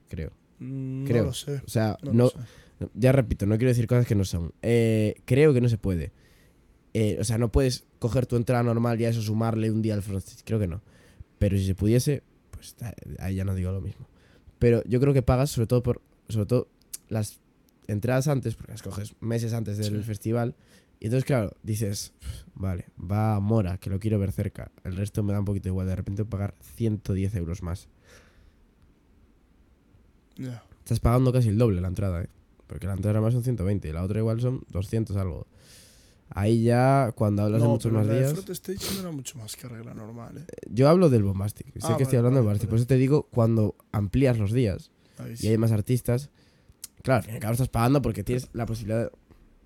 No lo sé. O sea, no ya repito, no quiero decir cosas que no son. Creo que no se puede. O sea, no puedes coger tu entrada normal y a eso sumarle un día al frontstage, creo que no. Pero si se pudiese, pues ahí ya no digo lo mismo. Pero yo creo que pagas sobre todo las entradas antes, porque las coges meses antes del festival. Y entonces, claro, dices, vale, va a Mora, que lo quiero ver cerca. El resto me da un poquito igual. De repente pagar 110 euros más. Yeah. Estás pagando casi el doble la entrada, porque la entrada más son 120 y la otra igual son 200 algo. Ahí ya, cuando hablas de muchos más días... No, pero el frontstage no era mucho más que regla normal, Yo hablo del Bombastic. Sé que estoy hablando del Bombastic. Vale. Por eso te digo, cuando amplías los días y hay más artistas... Claro, al fin y al cabo estás pagando porque tienes la posibilidad de...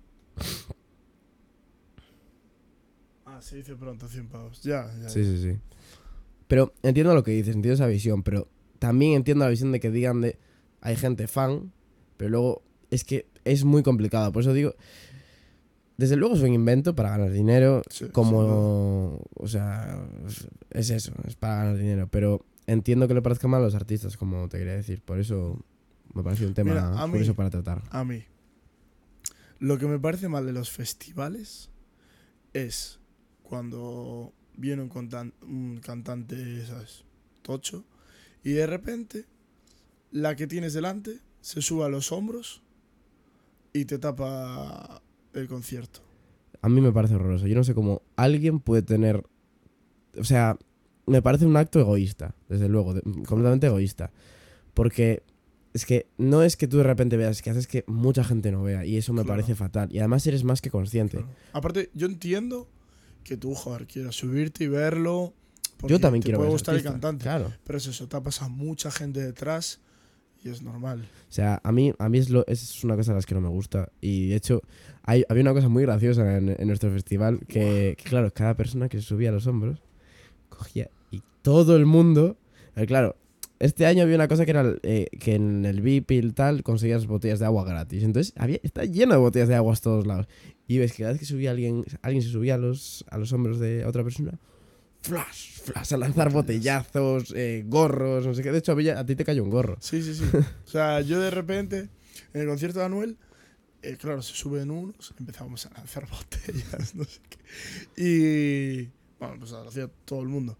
Se dice pronto, 100 pavos. Ya. Sí. Pero entiendo lo que dices, entiendo esa visión, pero también entiendo la visión de que digan de... Hay gente fan, pero luego es que es muy complicado. Por eso digo... Desde luego es un invento para ganar dinero, o sea, es eso, es para ganar dinero, pero entiendo que le parezca mal a los artistas, como te quería decir, por eso me parece un tema curioso para tratar. A mí, lo que me parece mal de los festivales es cuando viene un cantante, ¿sabes? Tocho, y de repente la que tienes delante se sube a los hombros y te tapa el concierto. A mí me parece horroroso. Yo no sé cómo alguien puede tener... O sea, me parece un acto egoísta, desde luego, completamente egoísta. Porque es que no es que tú de repente veas, es que haces que mucha gente no vea. Y eso me parece fatal. Y además eres más que consciente. Claro. Aparte, yo entiendo que tú, joder, quieras subirte y verlo, Porque Yo también te quiero puede ver ese gustar el artista, cantante, claro. pero es eso, te pasa mucha gente detrás y es normal. O sea, a mí es una cosa de las que no me gusta. Y de hecho, había una cosa muy graciosa en nuestro festival que, claro, cada persona que se subía a los hombros cogía y todo el mundo. Claro, este año había una cosa que era que en el VIP y tal conseguías botellas de agua gratis. Entonces, está lleno de botellas de agua a todos lados. Y ves que cada vez que subía alguien se subía a los hombros de otra persona. Flash, flash, a lanzar botellazos, gorros, no sé qué. De hecho, a ti te cayó un gorro. Sí. O sea, yo de repente, en el concierto de Anuel, claro, se suben unos, empezamos a lanzar botellas, no sé qué. Y, bueno, pues lo hacía todo el mundo.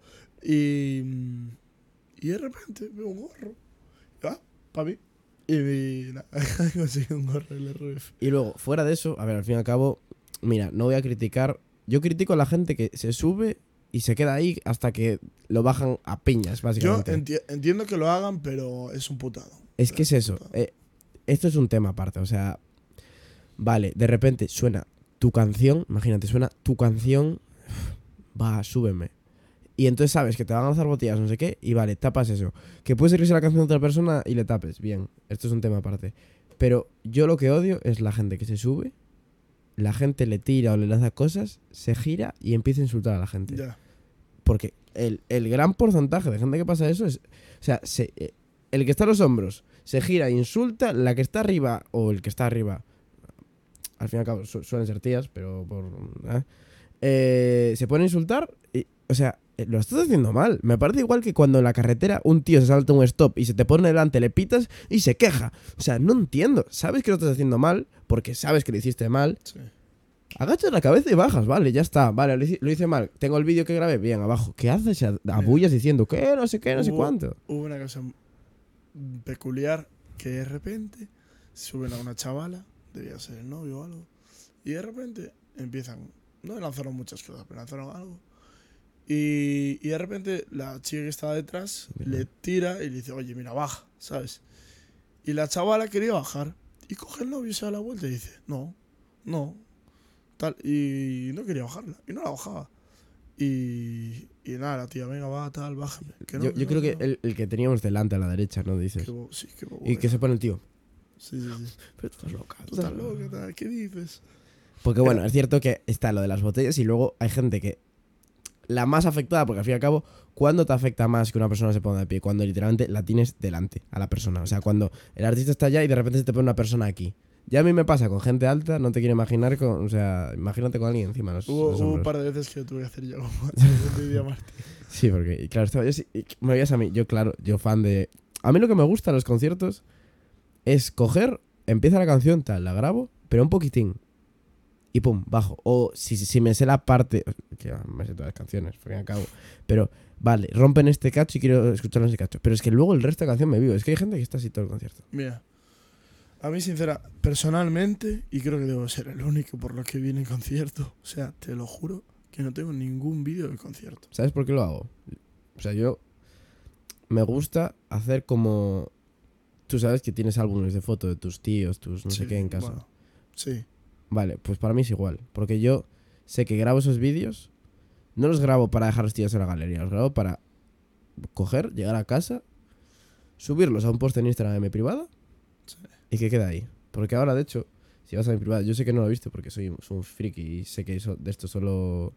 Y de repente veo un gorro. Para mí. Y nada, conseguí un gorro del RF. Y luego, fuera de eso, a ver, al fin y al cabo, mira, no voy a criticar. Yo critico a la gente que se sube y se queda ahí hasta que lo bajan a piñas, Yo básicamente. entiendo que lo hagan, pero es un putado. Es que es eso. Putado. Esto es un tema aparte. O sea, vale, de repente suena tu canción. Imagínate, suena tu canción. Va, súbeme. Y entonces sabes que te van a lanzar botellas, no sé qué. Y vale, tapas eso. Que puede servirse la canción de otra persona y le tapes. Bien, esto es un tema aparte. Pero yo lo que odio es la gente que se sube. La gente le tira o le lanza cosas, se gira y empieza a insultar a la gente. Ya. Porque el gran porcentaje de gente que pasa eso es... O sea, el que está a los hombros se gira e insulta, la que está arriba o el que está arriba... Al fin y al cabo suelen ser tías, pero se pone a insultar y... O sea, lo estás haciendo mal. Me parece igual que cuando en la carretera un tío se salta un stop y se te pone delante, le pitas y se queja. O sea, no entiendo. Sabes que lo estás haciendo mal porque sabes que lo hiciste mal. Sí. Agachas la cabeza y bajas, vale, ya está. Vale, lo hice mal. Tengo el vídeo que grabé, bien, abajo. ¿Qué haces? Abullas diciendo que no sé qué, no sé cuánto. Hubo una cosa peculiar que de repente suben a una chavala, debía ser el novio o algo, y de repente empiezan, no lanzaron muchas cosas, pero lanzaron algo. Y de repente la chica que estaba detrás le tira y le dice, oye, mira, baja, ¿sabes? Y la chavala quería bajar. Y coge el novio y se da la vuelta y dice, no, tal. Y no quería bajarla. Y no la bajaba. Y nada, la tía, venga, va, tal, bájame. Que no, yo creo que el que teníamos delante a la derecha, ¿no? Dices. Sí, qué bobo. Y que se pone el tío. Sí. Pero tú estás loca. Tú estás loca, tal, ¿qué dices? Porque bueno, es cierto que está lo de las botellas y luego hay gente que... La más afectada, porque al fin y al cabo, ¿cuándo te afecta más que una persona se ponga de pie? Cuando literalmente la tienes delante a la persona. O sea, cuando el artista está allá y de repente se te pone una persona aquí. Ya a mí me pasa con gente alta, no te quiero imaginar con... O sea, imagínate con alguien encima. Hubo un par de veces que tuve que hacer yo como de Martín. Sí, porque, claro, estaba yo, me veías a mí, yo fan de... A mí lo que me gusta en los conciertos es coger, empieza la canción, tal, la grabo, pero un poquitín. Y pum, bajo. O si me sé la parte... Que me sé todas las canciones, al fin y al cabo. Pero, vale, rompen este cacho y quiero escucharlo en ese cacho. Pero es que luego el resto de la canción me vivo. Es que hay gente que está así todo el concierto. Mira, a mí personalmente, y creo que debo ser el único por lo que viene en concierto, o sea, te lo juro que no tengo ningún vídeo del concierto. ¿Sabes por qué lo hago? O sea, yo... Me gusta hacer como... Tú sabes que tienes álbumes de fotos de tus tíos, tus no sé qué en casa. Bueno, sí. Vale, pues para mí es igual. Porque yo sé que grabo esos vídeos. No los grabo para dejarlos tirados en la galería. Los grabo para coger, llegar a casa, subirlos a un post en Instagram de mi privada y que quede ahí. Porque ahora, de hecho, si vas a mi privada, yo sé que no lo he visto porque soy un friki y sé que de esto solo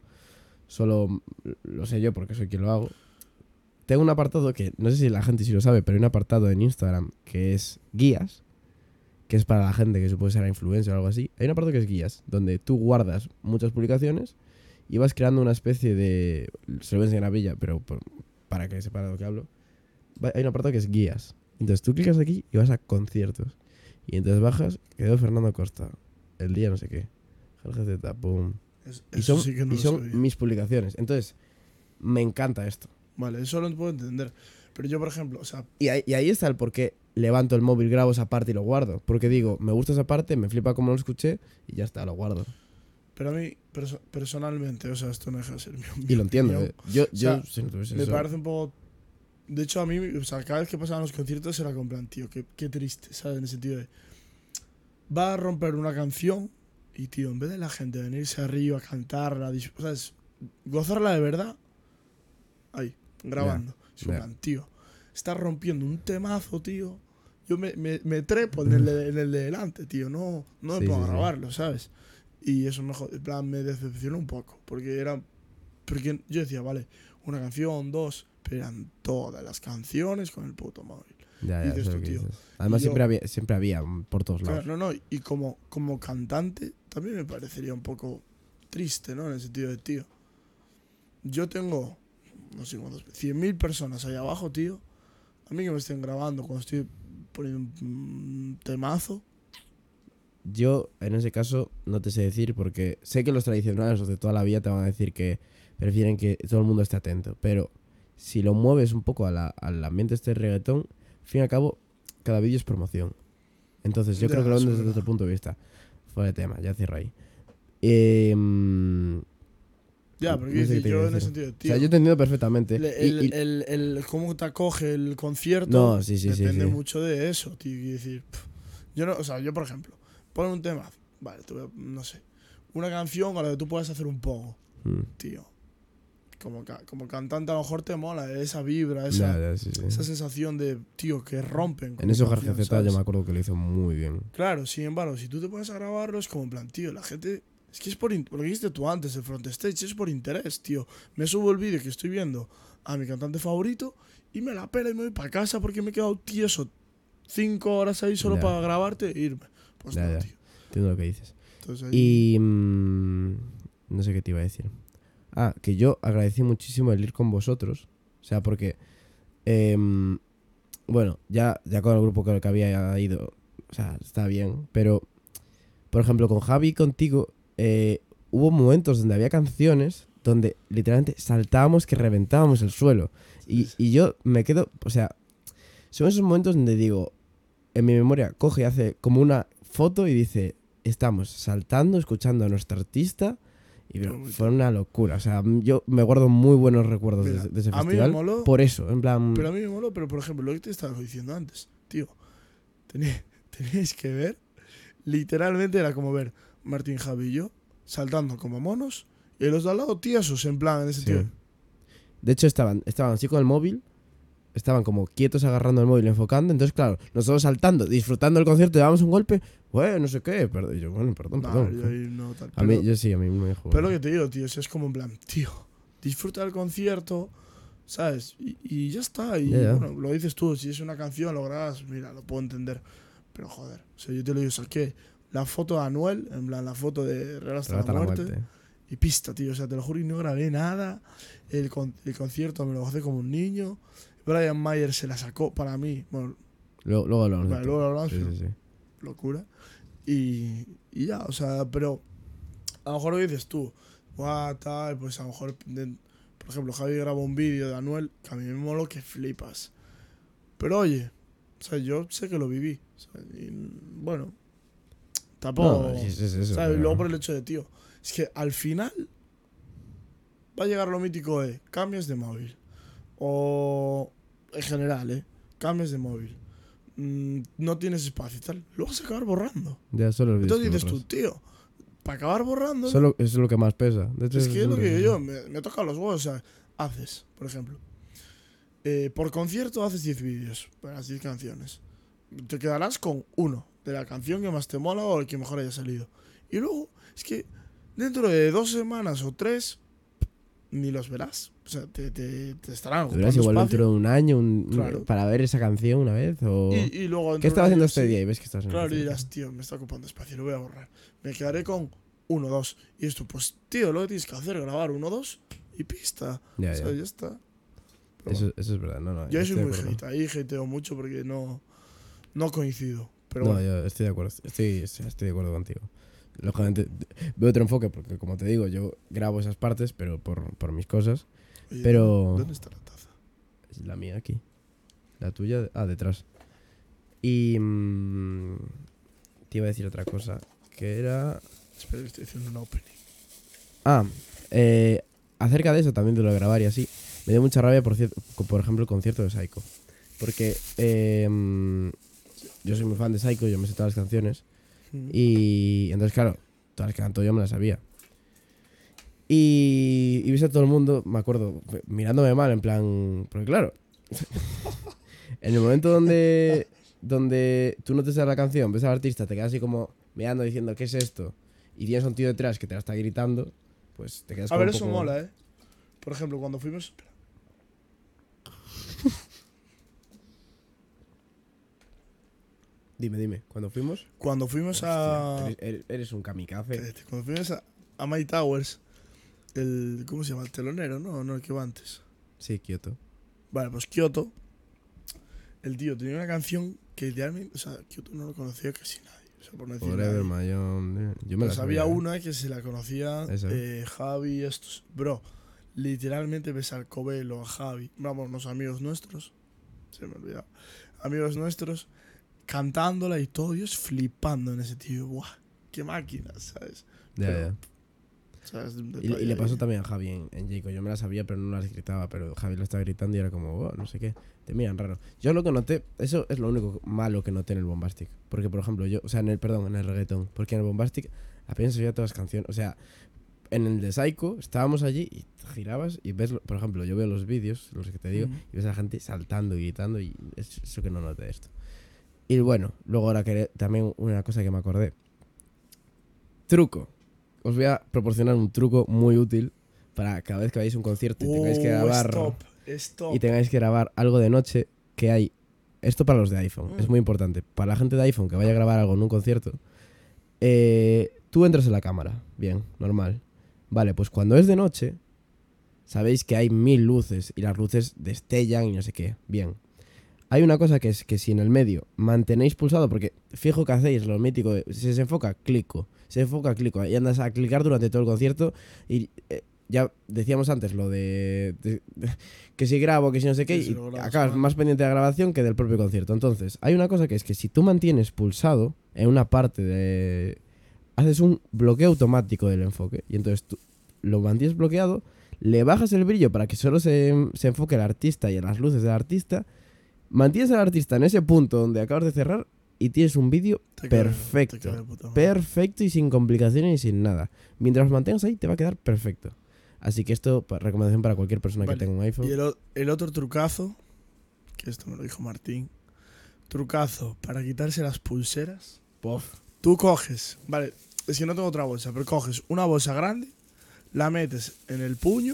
lo sé yo porque soy quien lo hago. Tengo un apartado que, no sé si la gente sí lo sabe, pero hay un apartado en Instagram que es guías, que es para la gente que supongo será influencer o algo así. Hay un apartado que es guías, donde tú guardas muchas publicaciones y vas creando una especie de... Se lo voy a enseñar a Villa, pero para que sepa de lo que hablo. Hay un apartado que es guías. Entonces tú clicas aquí y vas a conciertos. Y entonces bajas, quedó Fernando Costa, el día no sé qué, GZZ, pum. Y son, sí que no y lo son sabía. mis publicaciones. Entonces, me encanta esto. Vale, eso lo puedo entender. Pero yo, por ejemplo, o sea... Y ahí está el por qué levanto el móvil, grabo esa parte y lo guardo. Porque digo, me gusta esa parte, me flipa como lo escuché y ya está, lo guardo. Pero a mí, personalmente, o sea, esto no deja de ser mi Y lo entiendo. opinión. Yo O sea, si no tuviese me eso- parece un poco... De hecho, a mí, o sea, cada vez que pasaban los conciertos era como plan, tío, qué triste, ¿sabes? En el sentido de... Va a romper una canción y, tío, en vez de la gente venirse arriba a cantarla, ¿sabes? Gozarla de verdad, ahí, grabando. Es un ya. plan, tío, estás rompiendo un temazo, tío. Yo me trepo en el de delante, tío. No me Sí, pongo a sí. grabarlo, ¿sabes? Y eso en plan, me decepcionó un poco. Porque yo decía, vale, una canción, dos, pero eran todas las canciones con el puto móvil. Ya, Y ya, dices sé tú, lo que tío. dices. Además, Y yo, siempre había por todos lados. claro, no, y como cantante también me parecería un poco triste, ¿no? En el sentido de, tío, yo tengo, no sé cuántos, 100.000 personas ahí abajo, tío. A mí que me estén grabando cuando estoy poniendo un temazo. Yo, en ese caso, no te sé decir porque sé que los tradicionales, los de toda la vida, te van a decir que prefieren que todo el mundo esté atento. Pero si lo mueves un poco al ambiente este de reggaetón, al fin y al cabo, cada vídeo es promoción. Entonces, yo creo que Ya, lo ven eso es desde otro verdad. punto de vista. Fuera de tema, ya cierro ahí. No Ya, pero quiero sé qué decir, te iba a yo en decir. ese sentido, O sea, tío, yo te entiendo perfectamente. cómo te acoge el concierto No, sí. depende mucho de eso, tío. Quiero decir, yo no, o sea, yo por ejemplo, pon un tema, vale, no sé, una canción a la que tú puedas hacer un poco, Mm. tío. Como cantante a lo mejor te mola esa vibra, Ya, sí. esa sensación de, tío, que rompen En como eso canción, GRGZ yo ¿sabes? me acuerdo que lo hizo muy bien. Claro, sin embargo, si tú te pones a grabarlo es como en plan, tío, la gente... Es que es lo que dijiste tú antes, el front stage es por interés, tío. Me subo el vídeo que estoy viendo a mi cantante favorito y me la pela y me voy para casa porque me he quedado tieso 5 horas ahí solo Ya, para grabarte e irme. Pues no, ya. tío. Entiendo lo que dices. Entonces ahí... Y... no sé qué te iba a decir. Ah, que yo agradecí muchísimo el ir con vosotros. O sea, porque... bueno, ya con el grupo con el que había ido... O sea, está bien. Pero, por ejemplo, con Javi y contigo... hubo momentos donde había canciones donde literalmente saltábamos que reventábamos el suelo. Y yo me quedo... O sea, son esos momentos donde digo... En mi memoria coge y hace como una foto y dice... Estamos saltando, escuchando a nuestro artista... Y bro, fue una locura. O sea, yo me guardo muy buenos recuerdos Mira, de ese a mí me festival. moló, Por eso, en plan... pero a mí me moló, pero por ejemplo, lo que te estaba diciendo antes, tío, tenéis que ver, literalmente era como ver Martín Javi y yo saltando como monos y los de al lado tiesos, en plan, en ese Sí. tío. De hecho, estaban así con el móvil. Estaban como quietos agarrando el móvil y enfocando. Entonces, claro, nosotros saltando, disfrutando del concierto, dábamos un golpe. Bueno, no sé qué. Y yo, bueno, perdón. Yo ahí no tal. A mí, a mí me jugó. Pero lo que te digo, tío, es como en plan, tío, disfruta del concierto, ¿sabes? Y ya está. Y Ya. bueno, lo dices tú, si es una canción, lo grabas, mira, lo puedo entender. Pero joder, o sea, yo te lo digo, saqué la foto de Anuel, en plan, la foto de Real hasta la muerte. Y pista, tío, o sea, te lo juro y no grabé nada. El concierto me lo gocé como un niño. Brian Mayer se la sacó para mí. Bueno, Luego hablamos. vale, luego lo hablamos, Sí. locura. Y ya, o sea, pero a lo mejor lo dices tú, tal, pues a lo mejor, por ejemplo, Javi grabó un vídeo de Anuel que a mí me moló que flipas. Pero oye, o sea, yo sé que lo viví. O sea, y, bueno, tampoco. No, es eso, ¿sabes? pero... Luego por el hecho de, tío, es que al final va a llegar lo mítico de cambios de móvil. O en general, cambios de móvil. No tienes espacio y tal. Lo vas a acabar borrando. Ya, solo el Entonces dices tú, tío, para acabar borrando. Eso es lo que más pesa. De hecho, Es que es lo que digo siempre- yo, me toca los huevos. O sea, haces, por ejemplo, por concierto haces 10 vídeos para las 10 canciones. Te quedarás con uno de la canción que más te mola o el que mejor haya salido. Y luego, es que dentro de 2 semanas o 3, ni los verás. O sea, te estarán Deberías ocupando igual espacio. dentro de un año Claro. para ver esa canción una vez o... Y luego ¿Qué estaba haciendo este día? Y ves que estás en el Claro, y concierto. dirás, tío, me está ocupando espacio, lo voy a borrar. Me quedaré con 1, 2. Y esto, pues, tío, lo que tienes que hacer, grabar 1, 2 y pista. Ya, O sea, ya. ya está. Pero Eso bueno, es verdad, no. yo soy estoy de muy acuerdo. hate, ahí hateo mucho porque no coincido. Pero No, bueno, yo estoy de acuerdo. Estoy de acuerdo contigo. Lógicamente, veo otro enfoque porque, como te digo, yo grabo esas partes, pero por mis cosas. oye, pero- ¿dónde está la taza? Es la mía aquí. La tuya, detrás. Y... te iba a decir otra cosa. Que era... Espera, que estoy haciendo una opening. Ah, acerca de eso, también de lo de grabar y así, me dio mucha rabia, por ejemplo, el concierto de Psycho. Porque yo soy muy fan de Psycho, yo me sé todas las canciones. Y entonces, claro, todas las que canto yo me las sabía. Y ves a todo el mundo, me acuerdo, mirándome mal, en plan... Porque claro, en el momento donde tú no te sabes la canción, ves al artista, te quedas así como mirando diciendo ¿qué es esto? Y tienes a un tío detrás que te la está gritando, pues te quedas A como ver, un eso poco... mola, ¿eh? Por ejemplo, cuando fuimos... Dime, ¿cuándo fuimos? Cuando fuimos a... Hostia, eres un kamikaze. Cállate, cuando fuimos a My Towers, el... ¿Cómo se llama? El telonero, ¿no? No, el que va antes. Sí, Kioto. Vale, pues Kyoto, el tío tenía una canción que idealmente... O sea, Kyoto no lo conocía casi nadie. O sea, por no decir Forever nadie. My Own. Yo me la Pues había sabía, ¿eh? una que se la conocía Esa. Javi, estos. Bro, literalmente ves al Cobelo, a Javi, vamos, unos amigos nuestros, se me olvidaba, amigos nuestros, cantándola y todo Dios flipando en ese tío. Buah, qué máquina, ¿sabes? Ya, Pero, ya. ¿sabes? Un Y detalle le pasó ahí. también a Javi en Jacob. Yo me la sabía, pero no las gritaba. Pero Javi la estaba gritando y era como, "Oh, no sé qué". Te miran raro. Yo lo que noté, eso es lo único malo que noté en el Bombastic. Porque, por ejemplo, yo, o sea, en el reggaetón. Porque en el Bombastic apenas se oía todas las canciones. O sea, en el de Psycho estábamos allí y girabas y ves, por ejemplo, yo veo los vídeos, los que te digo, y ves a la gente saltando y gritando y es eso que no noté de esto. Y bueno, luego ahora que también una cosa que me acordé. Truco. Os voy a proporcionar un truco muy útil para cada vez que vayáis a un concierto y tengáis que grabar Stop, stop. y tengáis que grabar algo de noche que hay. Esto para los de iPhone, es muy importante. Para la gente de iPhone que vaya a grabar algo en un concierto, tú entras en la cámara, bien, normal. Vale, pues cuando es de noche, sabéis que hay 1000 luces y las luces destellan y no sé qué, bien. Hay una cosa que es que si en el medio mantenéis pulsado, porque fijo que hacéis lo mítico de, si se enfoca, clico, se enfoca, clico, y andas a clicar durante todo el concierto y ya decíamos antes lo de que si grabo, que si no sé qué, Sí, sí, y lo grabas, acabas vale. más pendiente de la grabación que del propio concierto. Entonces, hay una cosa que es que si tú mantienes pulsado en una parte de... haces un bloqueo automático del enfoque, y entonces tú lo mantienes bloqueado, le bajas el brillo para que solo se enfoque el artista y en las luces del artista. Mantienes al artista en ese punto donde acabas de cerrar y tienes un vídeo Te queda- te perfecto. queda de puta madre. Perfecto y sin complicaciones y sin nada. Mientras lo mantengas ahí te va a quedar perfecto. Así que esto, recomendación para cualquier persona Vale, que tenga un iPhone. Y el otro trucazo, que esto me lo dijo Martín, trucazo para quitarse las pulseras. Pof. Tú coges, vale, es que no tengo otra bolsa, pero coges una bolsa grande, la metes en el puño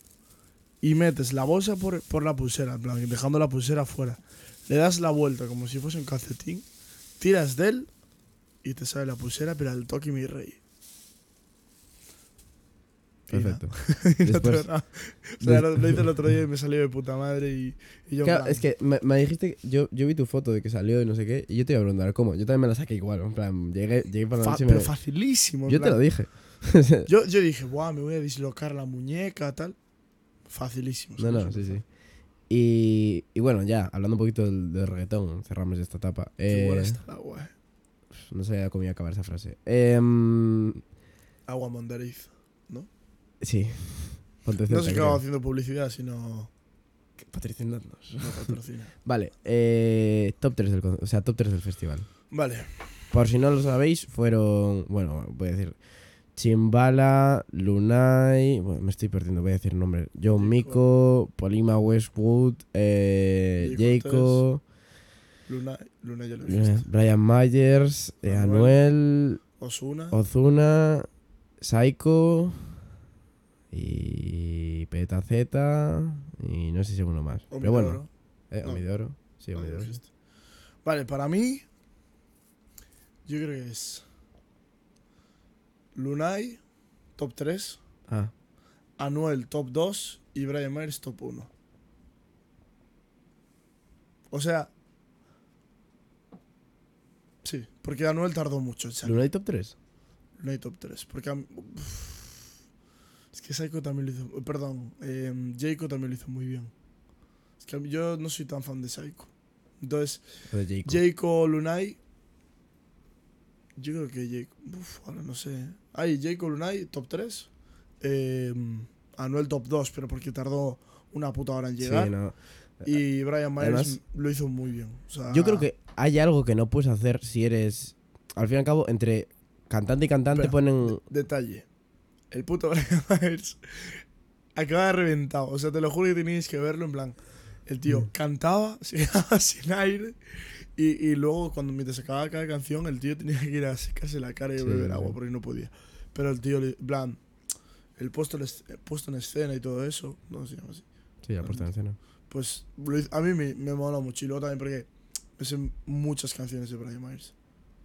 y metes la bolsa por la pulsera, en plan, dejando la pulsera fuera. Le das la vuelta como si fuese un calcetín, tiras de él y te sale la pulsera, pero al toque mi rey. Perfecto. Y no Después- te- o sea, lo hice el otro día y me salió de puta madre y yo... Claro, en plan, es que me dijiste, yo vi tu foto de que salió y no sé qué, y yo te iba a preguntar cómo. Yo también me la saqué igual, en plan, llegué por la noche y pero me... facilísimo. en Yo te plan. lo dije. Yo dije, guau, me voy a dislocar la muñeca, tal. Facilísimo. No, ¿sabes? no, sí, sí. Y bueno, ya, hablando un poquito del reggaetón, cerramos esta etapa. Qué buena está el agua, No sabía cómo iba a acabar esa frase. Agua Mondariz. Sí. Ponte No cerca, se creo. acaba haciendo publicidad, sino Patrocinadnos. no patrocina. Vale, top 3 o sea, top 3 del festival. Vale. Por si no lo sabéis, fueron, bueno, voy a decir Chimbala, Lunay, bueno, me estoy perdiendo, voy a decir nombre. John Jacob. Miko, Polima Westwood, Jacob, Luna ya lo dijiste. Brian Myers, Anuel. Anuel, Osuna. Ozuna, Psycho y PetaZ y no sé si uno más. Pero bueno, Omidoro. No. Omidoro. Sí, No, ya lo Omidoro. dijiste. Vale, para mí, yo creo que es Lunay, top 3. Ah, Anuel, top 2. Y Brian Myers, top 1. O sea... Sí, porque Anuel tardó mucho en salir. ¿Lunay top 3? Lunay top 3. Porque... es que Psycho también lo hizo... Perdón, Jacob también lo hizo muy bien. Es que yo no soy tan fan de Psycho. Entonces, O de Jacob. Jacob, Lunay... Yo creo que Jacob... ahora no sé. Ahí, Jacob, Lunay, top 3. Anuel top 2, pero porque tardó una puta hora en llegar. Sí, no. Y Brian Myers Además, lo hizo muy bien. O sea, Yo creo que hay algo que no puedes hacer si eres... Al fin y al cabo, entre cantante y cantante Espera, ponen... Detalle. el puto Brian Myers acaba reventado. O sea, te lo juro que teníais que verlo en plan. El tío cantaba, se quedaba sin aire. Y luego, mientras se acababa cada canción, el tío tenía que ir a secarse la cara y Sí, beber sí. agua porque no podía. Pero el tío, en plan, el puesto en escena y todo eso, no se llama así. Sí, la puesta en escena. Pues a mí me mola mucho. Y luego también porque me sé muchas canciones de Brian Myers.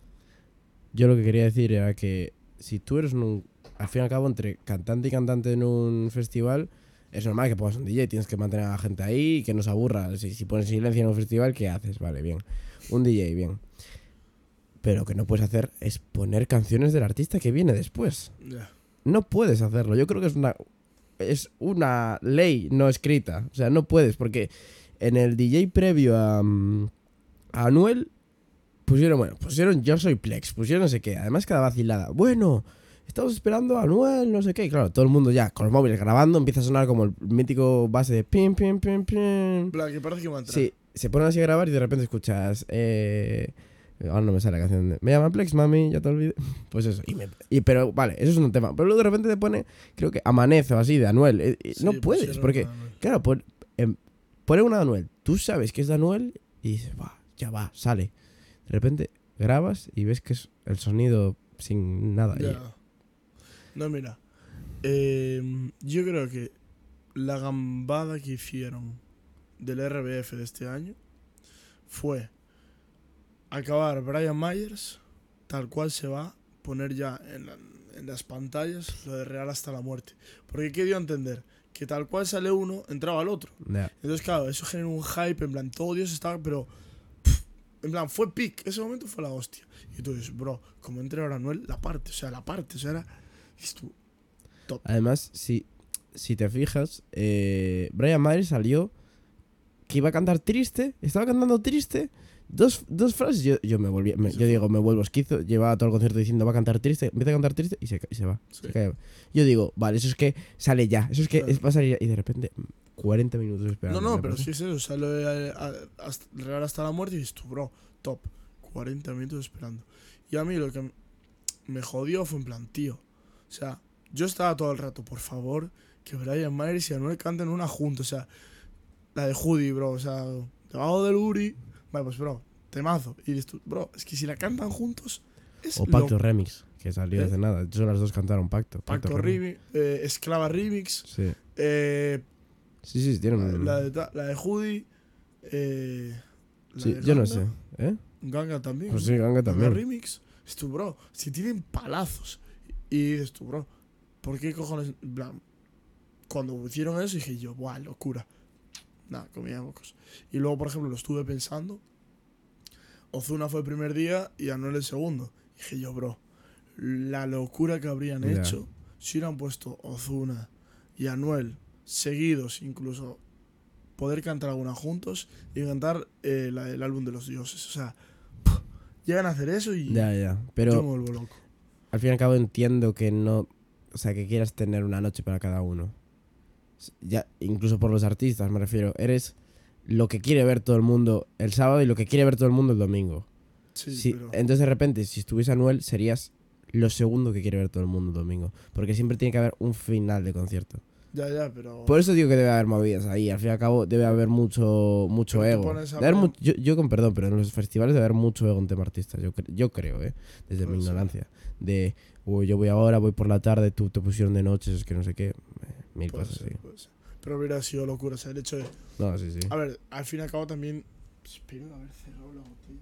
Yo lo que quería decir era que si tú eres al fin y al cabo, entre cantante y cantante en un festival, es normal que pongas un DJ, tienes que mantener a la gente ahí y que no se aburra. Si pones silencio en un festival, ¿qué haces? Vale, bien. Un DJ, bien. Pero lo que no puedes hacer es poner canciones del artista que viene después. Ya. No puedes hacerlo. Yo creo que es una ley no escrita. O sea, no puedes, porque en el DJ previo a Anuel pusieron Yo Soy Plex, pusieron no sé qué. Además cada vacilada. Bueno, estamos esperando a Anuel, no sé qué. Y claro, todo el mundo ya con los móviles grabando, empieza a sonar como el mítico base de pim, pim, pim, pim. Bla, que parece que va a entrar. Sí, se ponen así a grabar y de repente escuchas ahora no me sale la canción de Me llama Plex, mami, ya te olvidé. Pues eso. Pero vale, eso es un tema. Pero luego de repente te pone, creo que Amanece o así, de Anuel. Sí, No puedes, porque, claro, pone una de Anuel. Tú sabes que es de Anuel y dices, ya va, sale. De repente grabas y ves que es el sonido sin nada. Ya. No, mira. Yo creo que la gambada que hicieron del RBF de este año fue acabar Brian Myers tal cual se va, poner ya en las pantallas lo de Real hasta la muerte. Porque ¿qué dio a entender? Que tal cual sale uno, entraba el otro. Ya. Entonces, claro, eso generó un hype, en plan, todo Dios estaba, pero en plan, fue peak, ese momento fue la hostia. Y tú dices, bro, como entre ahora Anuel, la parte, o sea, era, dices tú, top. Además, si te fijas, Brian Myers salió que iba a cantar triste, estaba cantando triste. Dos frases, yo me vuelvo esquizo. Llevaba todo el concierto diciendo va a cantar triste, empieza a cantar triste y se va. Sí. Se cae. Yo digo, vale, eso es que sale ya, eso es que Claro. va a salir ya. Y de repente, 40 minutos esperando. No, pero sí es eso, sale Real hasta la muerte y dices tú, bro, top, 40 minutos esperando. Y a mí lo que me jodió fue en plan, tío, o sea, yo estaba todo el rato, por favor, que Brian Myers y Anuel canten una juntos, o sea, la de Judy, bro, o sea, debajo del Uri, vale, pues bro, temazo. Y dices tú, bro, es que si la cantan juntos, es O Pacto Remix, que salió hace nada. Son las dos cantaron Pacto. Pacto Remix, Esclava Remix, Sí. eh, Sí, tienen la de Judy, Sí, yo no sé. Ganga también. Pues sí, Ganga también. Remix. Es tu bro. Si tienen palazos. Y dices tú, bro. ¿Por qué cojones? En plan, cuando hicieron eso dije yo, buah, locura. Nada, comía mocos. Y luego, por ejemplo, lo estuve pensando. Ozuna fue el primer día y Anuel el segundo. Dije yo, bro, la locura que habrían Ya. hecho si hubieran puesto Ozuna y Anuel seguidos, incluso poder cantar alguna juntos y cantar el álbum de los dioses. O sea, llegan a hacer eso y Ya. yo Pero me vuelvo loco. al fin y al cabo entiendo que no. O sea, que quieras tener una noche para cada uno. Ya, incluso por los artistas, me refiero. Eres lo que quiere ver todo el mundo el sábado y lo que quiere ver todo el mundo el domingo. Sí, pero Entonces, de repente, si estuviese Anuel, serías lo segundo que quiere ver todo el mundo el domingo. Porque siempre tiene que haber un final de concierto. ya, pero Por eso digo que debe haber movidas ahí. Al fin y al cabo, debe haber mucho Pero te ego. pones a Debe haber ver- yo con perdón, pero en los festivales debe haber mucho ego en tema artista. Yo creo, desde mi Puede ser. ignorancia. De, yo voy ahora, voy por la tarde, tú te pusieron de noche, es que no sé qué. Mil puede cosas ser, así. puede ser. Pero hubiera sido locura. O sea, el hecho de. No, sí. A ver, al fin y al cabo también. Espero haber cerrado la botella.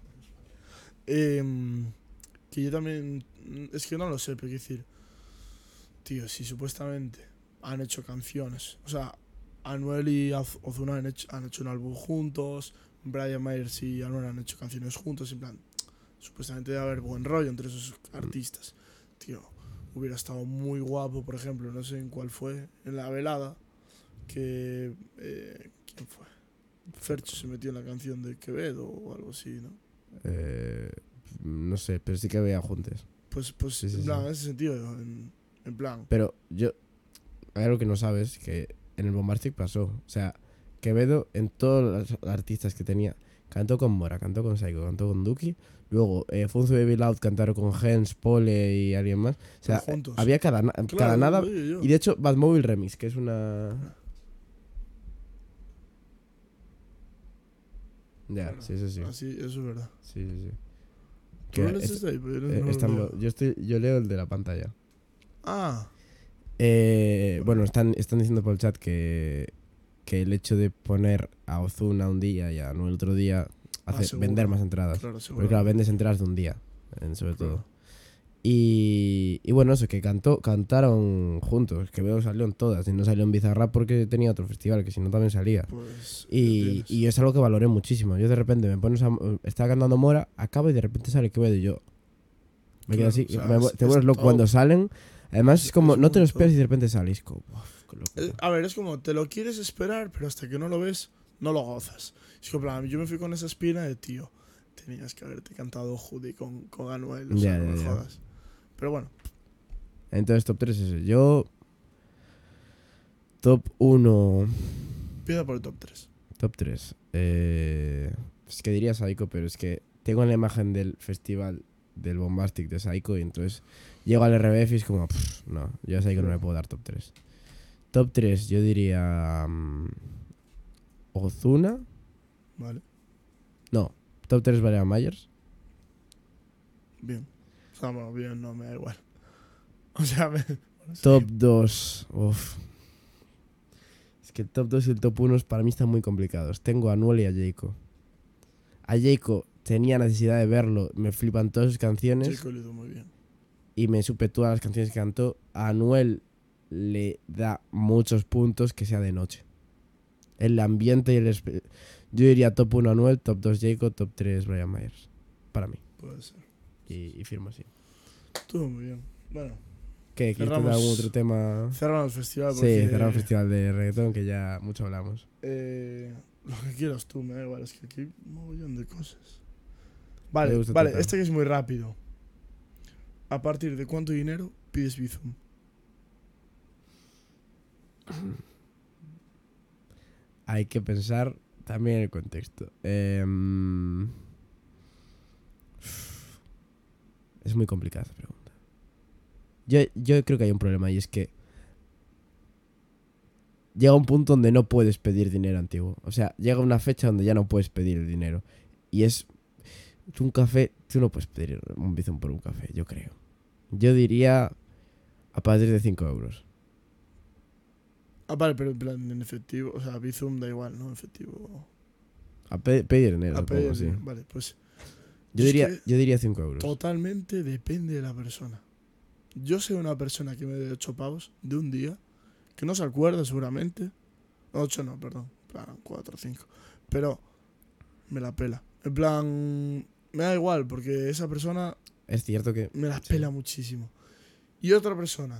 Que yo también. Es que no lo sé, pero quiero decir. Tío, si supuestamente han hecho canciones. O sea, Anuel y Ozuna han hecho un álbum juntos. Brian Myers y Anuel han hecho canciones juntos. En plan, supuestamente debe haber buen rollo entre esos artistas. Tío, hubiera estado muy guapo, por ejemplo, no sé en cuál fue, en la velada. Que. ¿Quién fue? Fercho se metió en la canción de Quevedo o algo así, ¿no? No sé, pero sí que había juntes. Pues Sí, en sí. plan, en ese sentido, en plan. Pero hay algo que no sabes, que en el Bombastic pasó. O sea, Quevedo, en todos los artistas que tenía, Cantó con Mora, cantó con Saiko, cantó con Duki. Luego, Funzo y Baby Loud cantaron con Gens, Pole y alguien más. O sea, juntos. había cada Claro, nada. lo digo yo. Y de hecho, Badmobile Remix, que es una... Ya, Claro. sí, eso sí. Así, eso es verdad. Sí, sí, sí. ¿Tú no lees este ahí? Pero yo no lo están leo. yo leo el de la pantalla. Ah, Bueno, están diciendo por el chat que el hecho de poner a Ozuna un día y a Anuel otro día hace seguro. vender más entradas. claro, seguro. Porque claro, vendes entradas de un día, sobre Claro. todo. Y bueno, eso, que cantaron juntos, que veo salió en todas. Y no salió en Bizarrap porque tenía otro festival, que si no también salía. Pues. Y es algo que valoré muchísimo. Yo de repente me pones estaba cantando Mora, acabo y de repente sale que y yo. Me quedo Claro, así, o sea, te vuelves loco top. cuando salen. Además es como, es no te lo muy esperas top. y de repente sales. Como, qué locura. A ver, es como, te lo quieres esperar, pero hasta que no lo ves, no lo gozas. Es que, en plan, yo me fui con esa espina de, tío, tenías que haberte cantado Judy con Anuel, o sea, Ya, no me ya. jodas. Pero bueno, Entonces, top 3 es ese. Yo, top 1, empieza por el top 3. top 3. Es que diría Saiko, pero es que tengo la imagen del festival del Bombastic de Saiko y entonces llego al RBF y es como, no, yo a Saiko no le puedo dar top 3. Top 3, yo diría Ozuna. Vale, No, top 3 Brian Myers. bien. O sea, bueno, bien, no, me da igual. O sea, bueno, sí. Top 2, es que el top 2 y el top 1 para mí están muy complicados. Tengo a Anuel y a Jayco. A Jayco tenía necesidad de verlo, me flipan todas sus canciones Chico lo hizo muy bien. y me supe todas las canciones que cantó. A Anuel le da muchos puntos que sea de noche. El ambiente y yo diría top 1 Anuel, top 2 Jayco, top 3 Brian Myers. Para mí. Puede ser. Y firmo así. Estuvo muy bien. Bueno, ¿Qué? ¿Quieres Cerramos- tocar algún otro tema? cerramos el festival Sí, porque... cerramos el festival de reggaetón que ya mucho hablamos. Lo que quieras tú, me da igual, es que aquí hay un mogollón de cosas. Me Vale, gusta vale, total. este que es muy rápido. ¿A partir de cuánto dinero pides Bizum? Hay que pensar también en el contexto. Es muy complicada esta pregunta. Yo creo que hay un problema y es que llega un punto donde no puedes pedir dinero antiguo. O sea, llega una fecha donde ya no puedes pedir el dinero. Y es un café, tú no puedes pedir un bizum por un café, yo creo. Yo diría a partir de 5 euros. Ah, vale, pero en plan en efectivo, o sea, Bizum da igual, ¿no? Efectivo. A pedir dinero, A supongo, pedir, sí. vale, pues Yo es diría, que yo diría 5 euros. totalmente depende de la persona. Yo sé una persona que me dé 8 pavos de un día, que no se acuerda seguramente. 8 no, perdón, en plan 4 o 5. Pero me la pela. En plan, me da igual, porque esa persona Es cierto que... me la sí. pela muchísimo. Y otra persona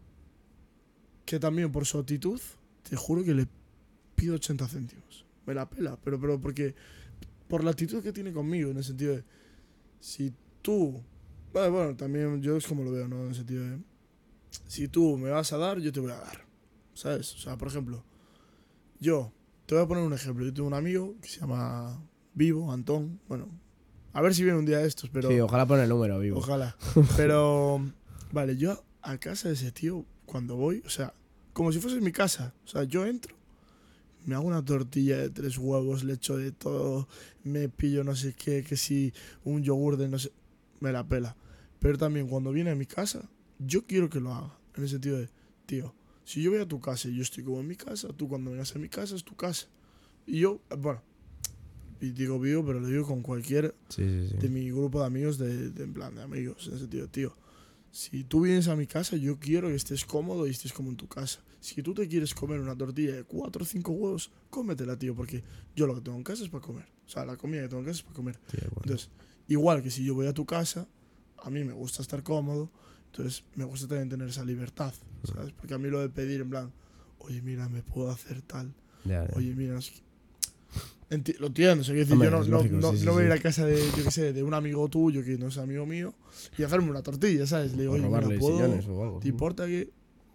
que también por su actitud, te juro que le pido 80 céntimos. Me la pela, pero porque por la actitud que tiene conmigo, en el sentido de, si tú, bueno, también yo es como lo veo, ¿no? En el sentido de, si tú me vas a dar, yo te voy a dar, ¿sabes? O sea, por ejemplo, yo, te voy a poner un ejemplo, yo tengo un amigo que se llama Vivo, Antón, bueno, a ver si viene un día de estos, pero... Sí, ojalá poner el número vivo. Ojalá. Pero, vale, yo a casa de ese tío, cuando voy, o sea, como si fuese mi casa. O sea, yo entro, me hago una tortilla de 3 huevos, le echo de todo, me pillo no sé qué, que si un yogur de no sé... Me la pela. Pero también cuando viene a mi casa, yo quiero que lo haga. En el sentido de, tío, si yo voy a tu casa y yo estoy como en mi casa, tú cuando vengas a mi casa es tu casa. Y yo, bueno, y digo vivo, pero lo digo con cualquier Sí, sí, sí. de mi grupo de amigos, en plan de amigos, en ese sentido, tío. Si tú vienes a mi casa, yo quiero que estés cómodo y estés como en tu casa. Si tú te quieres comer una tortilla de 4 o 5 huevos, cómetela, tío, porque yo lo que tengo en casa es para comer. O sea, la comida que tengo en casa es para comer. Sí, de acuerdo. Entonces, igual que si yo voy a tu casa, a mí me gusta estar cómodo, entonces me gusta también tener esa libertad, ¿sabes? Porque a mí lo de pedir en plan, oye, mira, me puedo hacer tal, Ya, ya. oye, mira, no sé qué. Lo entiendo, o sea, quiero decir, Hombre, yo no, es no, lógico, no, sí, sí, no voy a ir sí. a casa de, yo qué sé, de un amigo tuyo que no es amigo mío y hacerme una tortilla, ¿sabes? Le digo, O oye, mira, robarle ¿puedo? sillones o algo. ¿Te importa que...?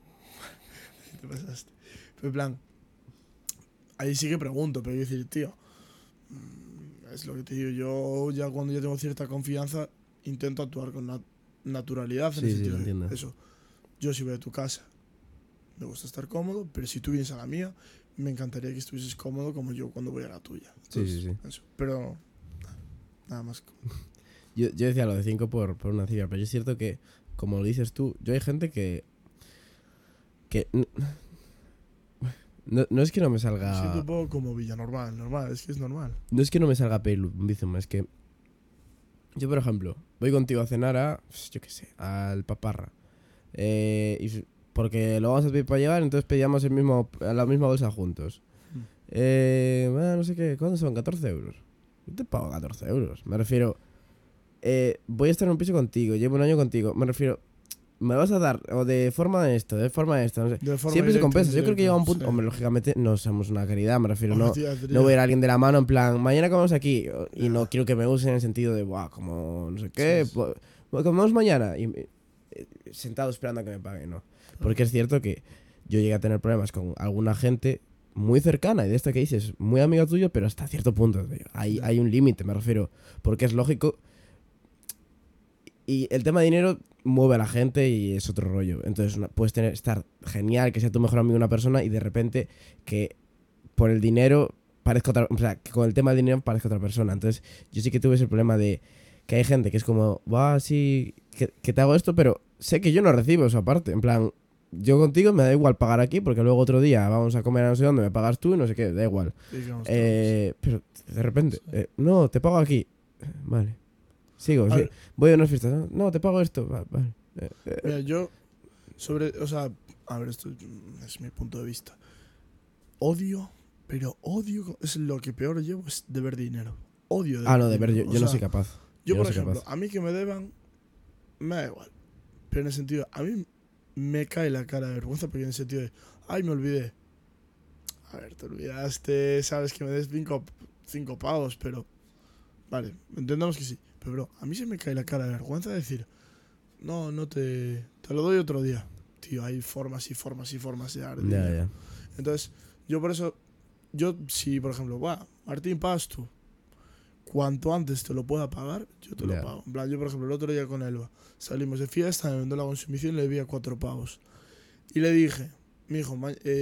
Te pasaste. Pero en plan, ahí sí que pregunto, pero quiero decir, tío, es lo que te digo. Yo ya cuando ya tengo cierta confianza, intento actuar con naturalidad. En Sí, el sí, sentido lo de entiendo. eso. Yo si voy a tu casa, me gusta estar cómodo, pero si tú vienes a la mía, me encantaría que estuvieses cómodo como yo cuando voy a la tuya. Sí, Entonces, sí, sí. eso. Pero nada más. Yo decía lo de 5 por una cifra, pero es cierto que, como lo dices tú, yo hay gente que no es que no me Me siento salga. un poco como Villa normal, es que es normal. No es que no me salga pedir un Bizum, es que yo, por ejemplo, voy contigo a cenar a, pues, yo qué sé, al Paparra. Porque lo vamos a pedir para llevar, entonces pedíamos la misma bolsa juntos. No sé qué, ¿cuándo son? 14 euros. Yo te pago 14 euros. Me refiero, voy a estar en un piso contigo, llevo un año contigo. Me refiero, me vas a dar o de forma de esto, no sé. De forma Siempre se directa, compensa. Yo creo que llega indirecta, un punto, sí. hombre, lógicamente no somos una caridad, me refiero, Hombre, no, tía, no voy a ir tía. a alguien de la mano en plan, mañana comemos aquí y no Ya. quiero que me usen en el sentido de, buah, como no sé Sí, qué, sí. comemos mañana y sentado esperando a que me paguen, no. Porque es cierto que yo llegué a tener problemas con alguna gente muy cercana y de esta que dices, muy amigo tuyo, pero hasta cierto punto, tío. Ya. Hay un límite, me refiero, porque es lógico. Y el tema de dinero mueve a la gente y es otro rollo. Entonces puedes estar genial que sea tu mejor amigo una persona y de repente que por el dinero parezca otra, o sea, que con el tema del dinero parezca otra persona. Entonces yo sí que tuve ese problema de que hay gente que es como, va, sí, que te hago esto, pero sé que yo no recibo esa parte. En plan, yo contigo me da igual pagar aquí porque luego otro día vamos a comer a no sé dónde, me pagas tú y no sé qué, da igual. Digamos, Pero de repente, sí. no, te pago aquí. Vale. Sigo, A sí. ver, Voy a unas fiestas. No, te pago esto. Vale. mira, yo o sea, a ver, esto es mi punto de vista. Odio, pero odio, es lo que peor llevo, es deber dinero. Odio deber No, de ver, dinero. yo O no sea, soy capaz. yo Yo no por soy ejemplo, capaz. a mí que me deban, me da igual. Pero en el sentido, a mí me cae la cara de vergüenza porque en el sentido de, ay, me olvidé. A ver, te olvidaste, sabes que me des cinco pavos, pero vale, entendamos que sí. Pero bro, a mí se me cae la cara de vergüenza de decir, no, no te lo doy otro día. Tío, hay formas y formas y formas de dar Ya, dinero. ya. Entonces, yo por eso, yo si por ejemplo, va, Martín, pagas tú. Cuanto antes te lo pueda pagar, yo te lo Ya. pago. En plan, yo por ejemplo, el otro día con Elba, salimos de fiesta, me vendó la consumición y le debía 4 pavos. Y le dije, mi hijo,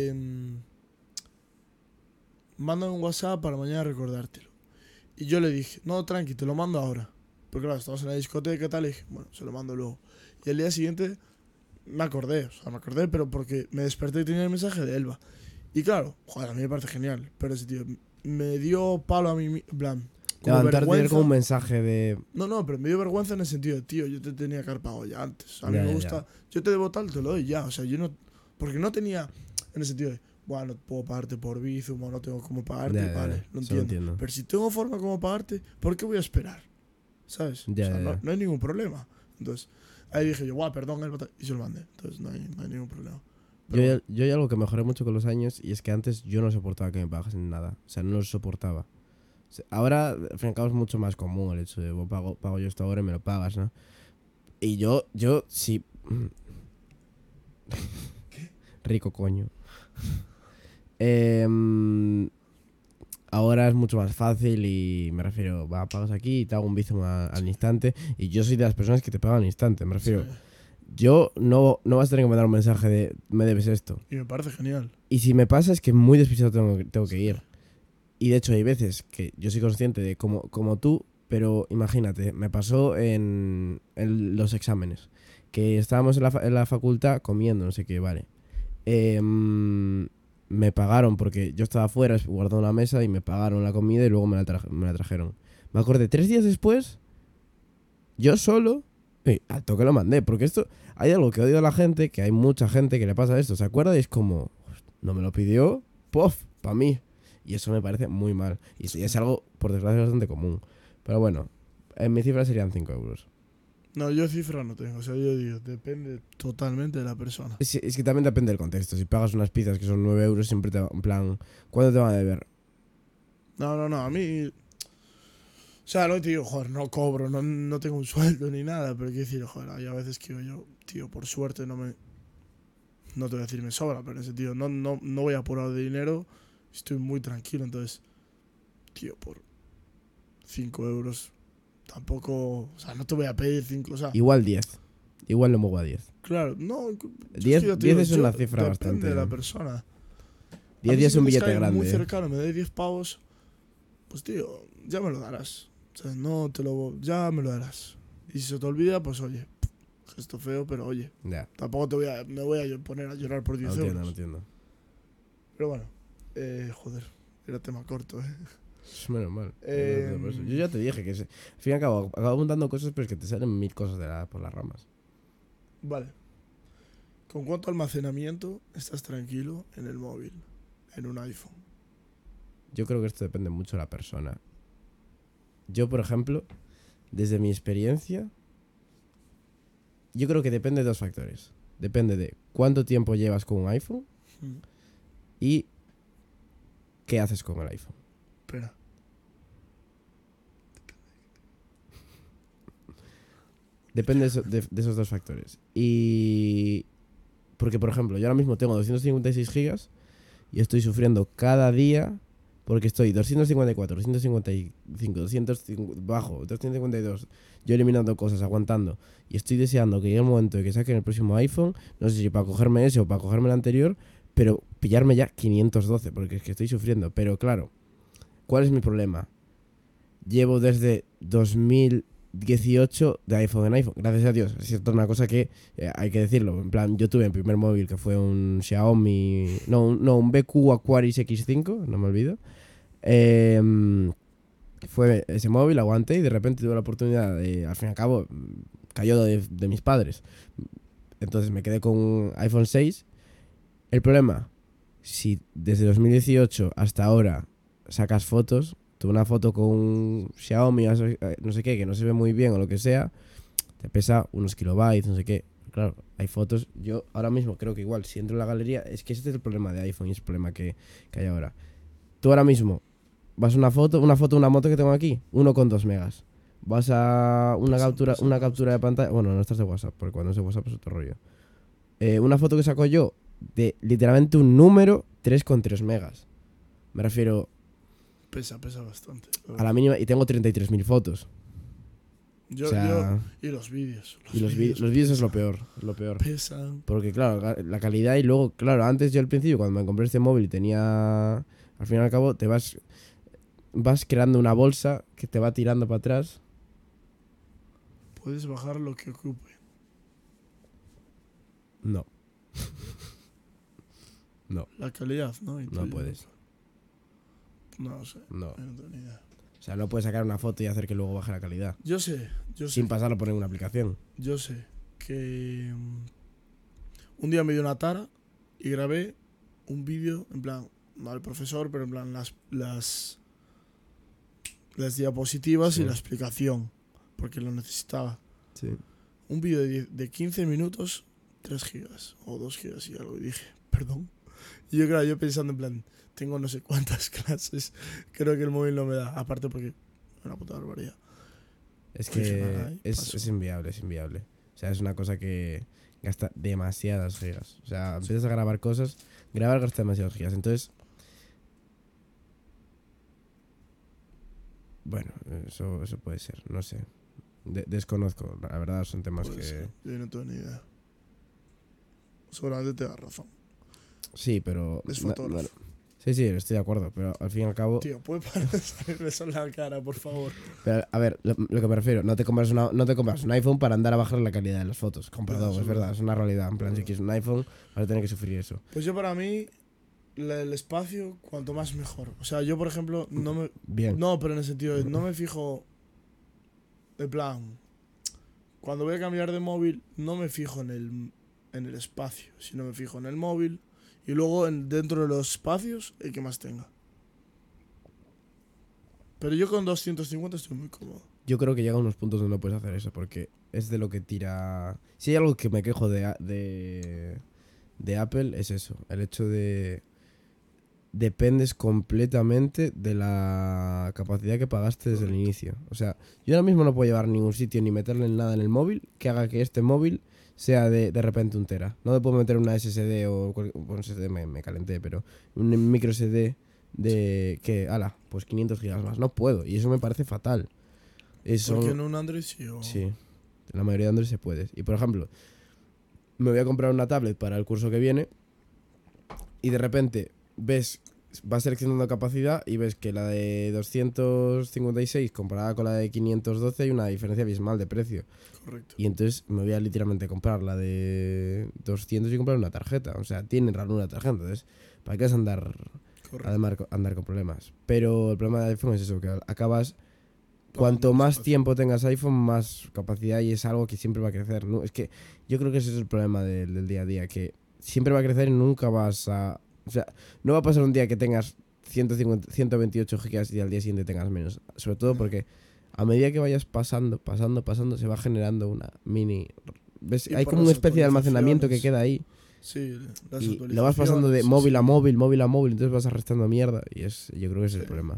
mándame un WhatsApp para mañana recordártelo. Y yo le dije, no, tranqui, te lo mando ahora. Porque claro, estamos en la discoteca y tal, y dije, bueno, se lo mando luego. Y el día siguiente me acordé, pero porque me desperté y tenía el mensaje de Elba. Y claro, joder, a mí me parece genial, pero ese tío me dio palo a mí, en plan, como Levantarte tener como un vergüenza. mensaje de. No, pero me dio vergüenza en el sentido de, tío, yo te tenía que haber pagado ya antes. A mí Ya, me ya, gusta, ya. yo te debo tal, te lo doy ya. O sea, yo no, porque no tenía, en el sentido de, bueno, no puedo pagarte por Bizum o no tengo cómo pagarte, Ya, ya, vale, ya. lo Eso lo entiendo. entiendo. Pero si tengo forma como pagarte, ¿por qué voy a esperar? ¿Sabes? Ya, O sea, ya, no, ya. no hay ningún problema. Entonces, ahí dije yo, guau, perdón, y se lo mandé. Entonces, no hay ningún problema. Pero bueno, Yo hay algo que mejoré mucho con los años y es que antes yo no soportaba que me pagasen nada. O sea, no lo soportaba. Ahora, al fin y al cabo, es mucho más común el hecho de "Bueno, pago yo esto ahora y me lo pagas, ¿no? Y yo sí. Rico coño. Ahora es mucho más fácil y me refiero, pagas aquí y te hago un bizum al instante. Y yo soy de las personas que te pagan al instante. Me sí. refiero, yo no vas a tener que mandar un mensaje de me debes esto. Y me parece genial. Y si me pasa es que muy despistado tengo que Sí. ir. Y de hecho hay veces que yo soy consciente de como tú, pero imagínate, me pasó en los exámenes. Que estábamos en la facultad comiendo, no sé qué, vale. Me pagaron porque yo estaba afuera, guardando una mesa y me pagaron la comida y luego me la trajeron. Me acordé 3 días después, yo solo, y al toque lo mandé, porque esto, hay algo que odio a la gente, que hay mucha gente que le pasa esto, ¿se acuerda? Y es como, no me lo pidió, ¡pof! Para mí. Y eso me parece muy mal. Y es algo, por desgracia, bastante común. Pero bueno, en mi cifra serían 5 euros. No, yo cifra no tengo. O sea, yo digo, depende totalmente de la persona. Es que también depende del contexto. Si pagas unas pizzas que son 9 euros, siempre te va, en plan, ¿cuándo te van a deber? No, a mí. O sea, no te digo, joder, no cobro, no tengo un sueldo ni nada, pero quiero decir, joder, hay a veces que yo, tío, por suerte no te voy a decir me sobra, pero en ese tío, no voy apurado de dinero, estoy muy tranquilo, entonces, tío, por 5 euros. Tampoco, o sea, no te voy a pedir 5, o sea, Igual 10. Igual lo muevo a 10. claro, no. 10 es que ya te 10 digo, es una yo- cifra depende bastante. de la persona. 10 A mí días si es un me billete cae grande. muy cercano, me doy 10 pavos, pues tío, ya me lo darás. O sea, no te lo, ya me lo darás. Y si se te olvida, pues oye, gesto feo, pero oye, Ya, tampoco me voy a poner a llorar por 10 no entiendo, euros. no entiendo. Pero bueno, joder, era tema corto, Es menos mal. Em, Yo ya te dije que al fin y al cabo acabo apuntando cosas, pero es que te salen mil cosas por las ramas. Vale. ¿Con cuánto almacenamiento estás tranquilo en el móvil, en un iPhone? Yo creo que esto depende mucho de la persona. Yo, por ejemplo, desde mi experiencia, yo creo que depende de dos factores. Depende de cuánto tiempo llevas con un iPhone Mm, y qué haces con el iPhone. Espera. Depende de esos dos factores. Y... Porque, por ejemplo, yo ahora mismo tengo 256 gigas y estoy sufriendo cada día porque estoy 254, 255, 250, bajo, 252, yo eliminando cosas, aguantando. Y estoy deseando que llegue el momento de que saquen el próximo iPhone, no sé si para cogerme ese o para cogerme el anterior, pero pillarme ya 512, porque es que estoy sufriendo. Pero claro, ¿cuál es mi problema? Llevo desde 2018 de iPhone en iPhone, gracias a Dios. Es cierto, una cosa que hay que decirlo. En plan, yo tuve mi primer móvil que fue un Xiaomi, un BQ Aquaris X5, no me olvido. Fue ese móvil, aguanté y de repente tuve la oportunidad de, al fin y al cabo, cayó de mis padres. Entonces me quedé con un iPhone 6. El problema, si desde 2018 hasta ahora sacas fotos, tú una foto con un Xiaomi, no sé qué, que no se ve muy bien o lo que sea, te pesa unos kilobytes, no sé qué. Claro, hay fotos. Yo ahora mismo creo que igual, si entro en la galería, es que este es el problema de iPhone y es el problema que hay ahora. Tú ahora mismo vas a una foto de una moto que tengo aquí, 1,2 megas. Vas a una captura de pantalla. Bueno, no estás de WhatsApp, porque cuando es de WhatsApp es otro rollo. Una foto que saco yo de literalmente un número, 3,3 megas. Me refiero Pesa bastante. a la mínima, y tengo 33.000 fotos. Yo, O sea, y los vídeos. y los vídeos es lo peor, Pesan. Porque claro, la calidad y luego, claro, antes yo al principio cuando me compré este móvil tenía, al fin y al cabo te vas creando una bolsa que te va tirando para atrás. Puedes bajar lo que ocupe. No. La calidad, ¿no? No puedes. No sé. No. No tengo ni idea. O sea, no puedes sacar una foto y hacer que luego baje la calidad. Yo sé. Sin pasarlo por ninguna aplicación. Yo sé que un día me dio una tara y grabé un vídeo, en plan, no al profesor, pero en plan las diapositivas Sí. y la explicación, porque lo necesitaba. Sí. Un vídeo de 15 minutos, 3 gigas o 2 gigas y algo. Y dije, perdón. Y yo, claro, yo pensando en plan, tengo no sé cuántas clases, creo que el móvil no me da. Aparte porque es una puta barbaridad. Es Pues que nada, ahí es paso. inviable, es inviable. O sea, es una cosa que gasta demasiadas gigas. O sea, empiezas a grabar cosas, grabar gasta demasiadas gigas. Entonces, bueno, eso puede ser, no sé. Desconozco, la verdad son temas Puede que... ser, yo no tengo ni idea. Seguramente te da razón. Sí, pero... Es fotógrafo. Sí, estoy de acuerdo, pero al fin y al cabo... Tío, ¿puede parar de salirme eso en la cara, por favor? Pero, a ver, lo que me refiero, no te compras un iPhone para andar a bajar la calidad de las fotos. Con perdón, eso es es verdad, verdad. es una realidad. En plan, si quieres un iPhone, vas a tener que sufrir eso. Pues yo para mí, el espacio, cuanto más mejor. O sea, yo por ejemplo, no me... Bien. No, pero en el sentido de, no me fijo... En plan, cuando voy a cambiar de móvil, no me fijo en el espacio, sino me fijo en el móvil y luego dentro de los espacios, el que más tenga. Pero yo con 250 estoy muy cómodo. Yo creo que llega a unos puntos donde no puedes hacer eso, porque es de lo que tira... Si hay algo que me quejo de Apple, es eso. El hecho de... Dependes completamente de la capacidad que pagaste desde el inicio. O sea, yo ahora mismo no puedo llevar a ningún sitio ni meterle nada en el móvil que haga que este móvil sea de repente 1 tera. No le puedo meter una SSD o... Bueno, SSD me calenté, pero un micro SD de que, ala, pues 500 gigas más. No puedo, y eso me parece fatal. Eso, ¿Por qué en un Android sí? sí, en la mayoría de Android se puede. Y por ejemplo, me voy a comprar una tablet para el curso que viene y de repente ves, vas seleccionando capacidad y ves que la de 256 comparada con la de 512 hay una diferencia abismal de precio. Correcto. Y entonces me voy a literalmente comprar la de 200 y comprar una tarjeta. O sea, tiene raro una tarjeta. Entonces, ¿para qué es andar con problemas? Pero el problema del iPhone es eso, que acabas... Cuanto más tiempo tengas iPhone, más capacidad, y es algo que siempre va a crecer, ¿no? Es que yo creo que ese es el problema del día a día, que siempre va a crecer y nunca vas a... O sea, no va a pasar un día que tengas 128 gigas y al día siguiente tengas menos. Sobre todo porque a medida que vayas pasando, se va generando una mini... ¿Ves? Hay como una especie de almacenamiento que queda ahí. Sí, las y lo vas pasando de móvil a móvil, entonces vas arrastrando mierda y yo creo que ese es el problema.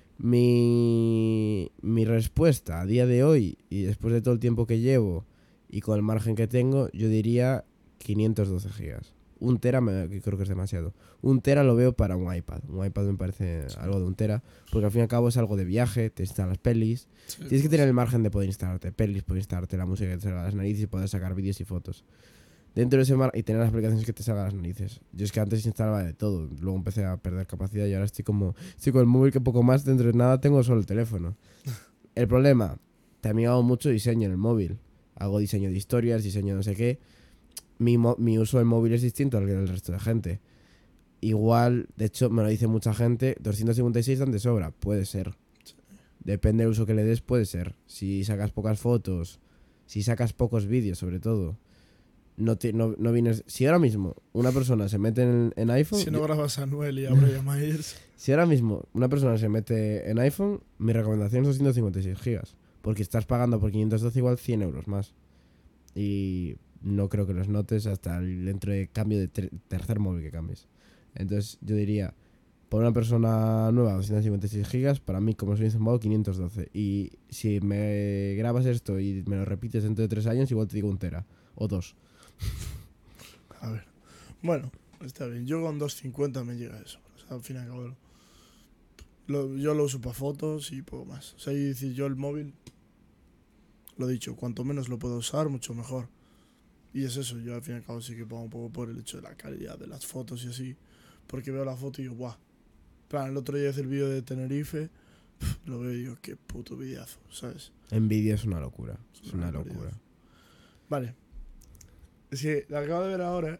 Mi respuesta a día de hoy y después de todo el tiempo que llevo y con el margen que tengo, yo diría 512 gigas. 1 tera creo que es demasiado. 1 tera lo veo para un iPad. Un iPad me parece algo de 1 tera, porque al fin y al cabo es algo de viaje, te instalas pelis. Tienes que tener el margen de poder instalarte pelis, poder instalarte la música que te salga a las narices y poder sacar vídeos y fotos. Dentro de ese mar y tener las aplicaciones que te salgan a las narices. Yo es que antes instalaba de todo, luego empecé a perder capacidad y ahora estoy con el móvil, que poco más, dentro de nada tengo solo el teléfono. El problema, también hago mucho diseño en el móvil. Hago diseño de historias, diseño no sé qué. Mi uso del móvil es distinto al del resto de gente. Igual, de hecho, me lo dice mucha gente, 256 dan de sobra, puede ser. Depende del uso que le des, puede ser. Si sacas pocas fotos, si sacas pocos vídeos sobre todo. No vienes. Si ahora mismo una persona se mete en iPhone. Si no grabas a Noel y a Brian Myers. Si ahora mismo una persona se mete en iPhone, mi recomendación son 256 gigas. Porque estás pagando por 512 igual 100 euros más. Y no creo que los notes hasta dentro de cambio de tercer móvil que cambies. Entonces yo diría, para una persona nueva 256 gigas, para mí como soy zumbado 512. Y si me grabas esto y me lo repites dentro de 3 años, igual te digo 1 tera o 2. A ver. Bueno, está bien. Yo con 250 me llega a eso. O sea, al fin y al cabo. Yo lo uso para fotos y poco más. O sea, y decir, yo el móvil, lo dicho, cuanto menos lo puedo usar, mucho mejor. Y es eso, yo al fin y al cabo sí que pongo un poco por el hecho de la calidad de las fotos y así. Porque veo la foto y digo, ¡buah! Plan, el otro día hice el vídeo de Tenerife, lo veo y digo, qué puto videazo, ¿sabes? En vídeo es una locura. Es una locura. Videazo. Vale. Es que la acabo de ver ahora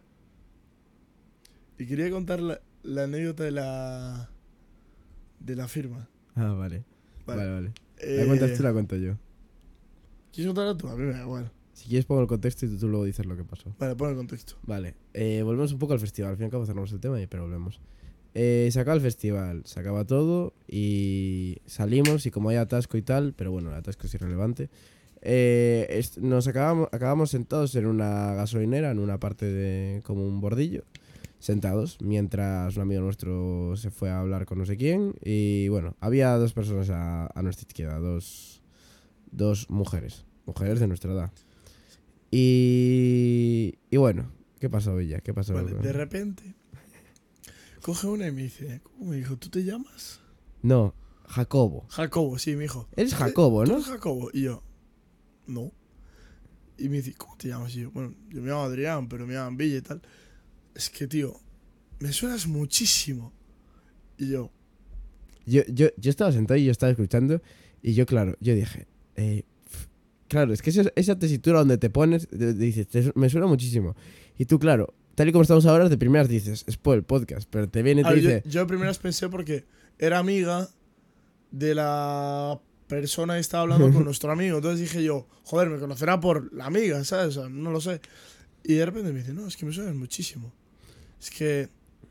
y quería contar la anécdota de la firma. Ah, vale. Vale. ¿La cuentas tú, la cuento yo? ¿Quieres contarla tú? A mí me da igual. Si quieres pongo el contexto y tú luego dices lo que pasó. Vale, pon el contexto. Vale. Volvemos un poco al festival. Al fin y al cabo cerramos el tema, pero volvemos. Se acaba el festival, se acaba todo y salimos y como hay atasco y tal, pero bueno, el atasco es irrelevante. Nos acabamos sentados en una gasolinera, en una parte de como un bordillo, sentados, mientras un amigo nuestro se fue a hablar con no sé quién. Y bueno, había 2 personas a nuestra izquierda, dos mujeres de nuestra edad. Y bueno, ¿qué pasó, Villa? ¿Qué pasó? Vale, de repente coge una y me dice, ¿cómo me dijo? ¿Tú te llamas? No, Jacobo. Jacobo, sí, me dijo. Eres Jacobo, ¿Tú ¿no? eres Jacobo? Y yo, no. Y me dice, ¿cómo te llamas? Y yo, bueno, yo me llamo Adrián, pero me llaman Villa y tal. Es que, tío, me suenas muchísimo. Y yo estaba sentado y yo estaba escuchando. Y yo, claro, yo dije, claro, es que esa tesitura donde te pones, dices, me suena muchísimo. Y tú, claro, tal y como estamos ahora, de primeras dices, es por el podcast, pero te viene y te dice... Yo de primeras pensé porque era amiga de la persona que estaba hablando con nuestro amigo. Entonces dije yo, joder, me conocerá por la amiga, ¿sabes? O sea, no lo sé. Y de repente me dice, no, es que me suenas muchísimo. Es que...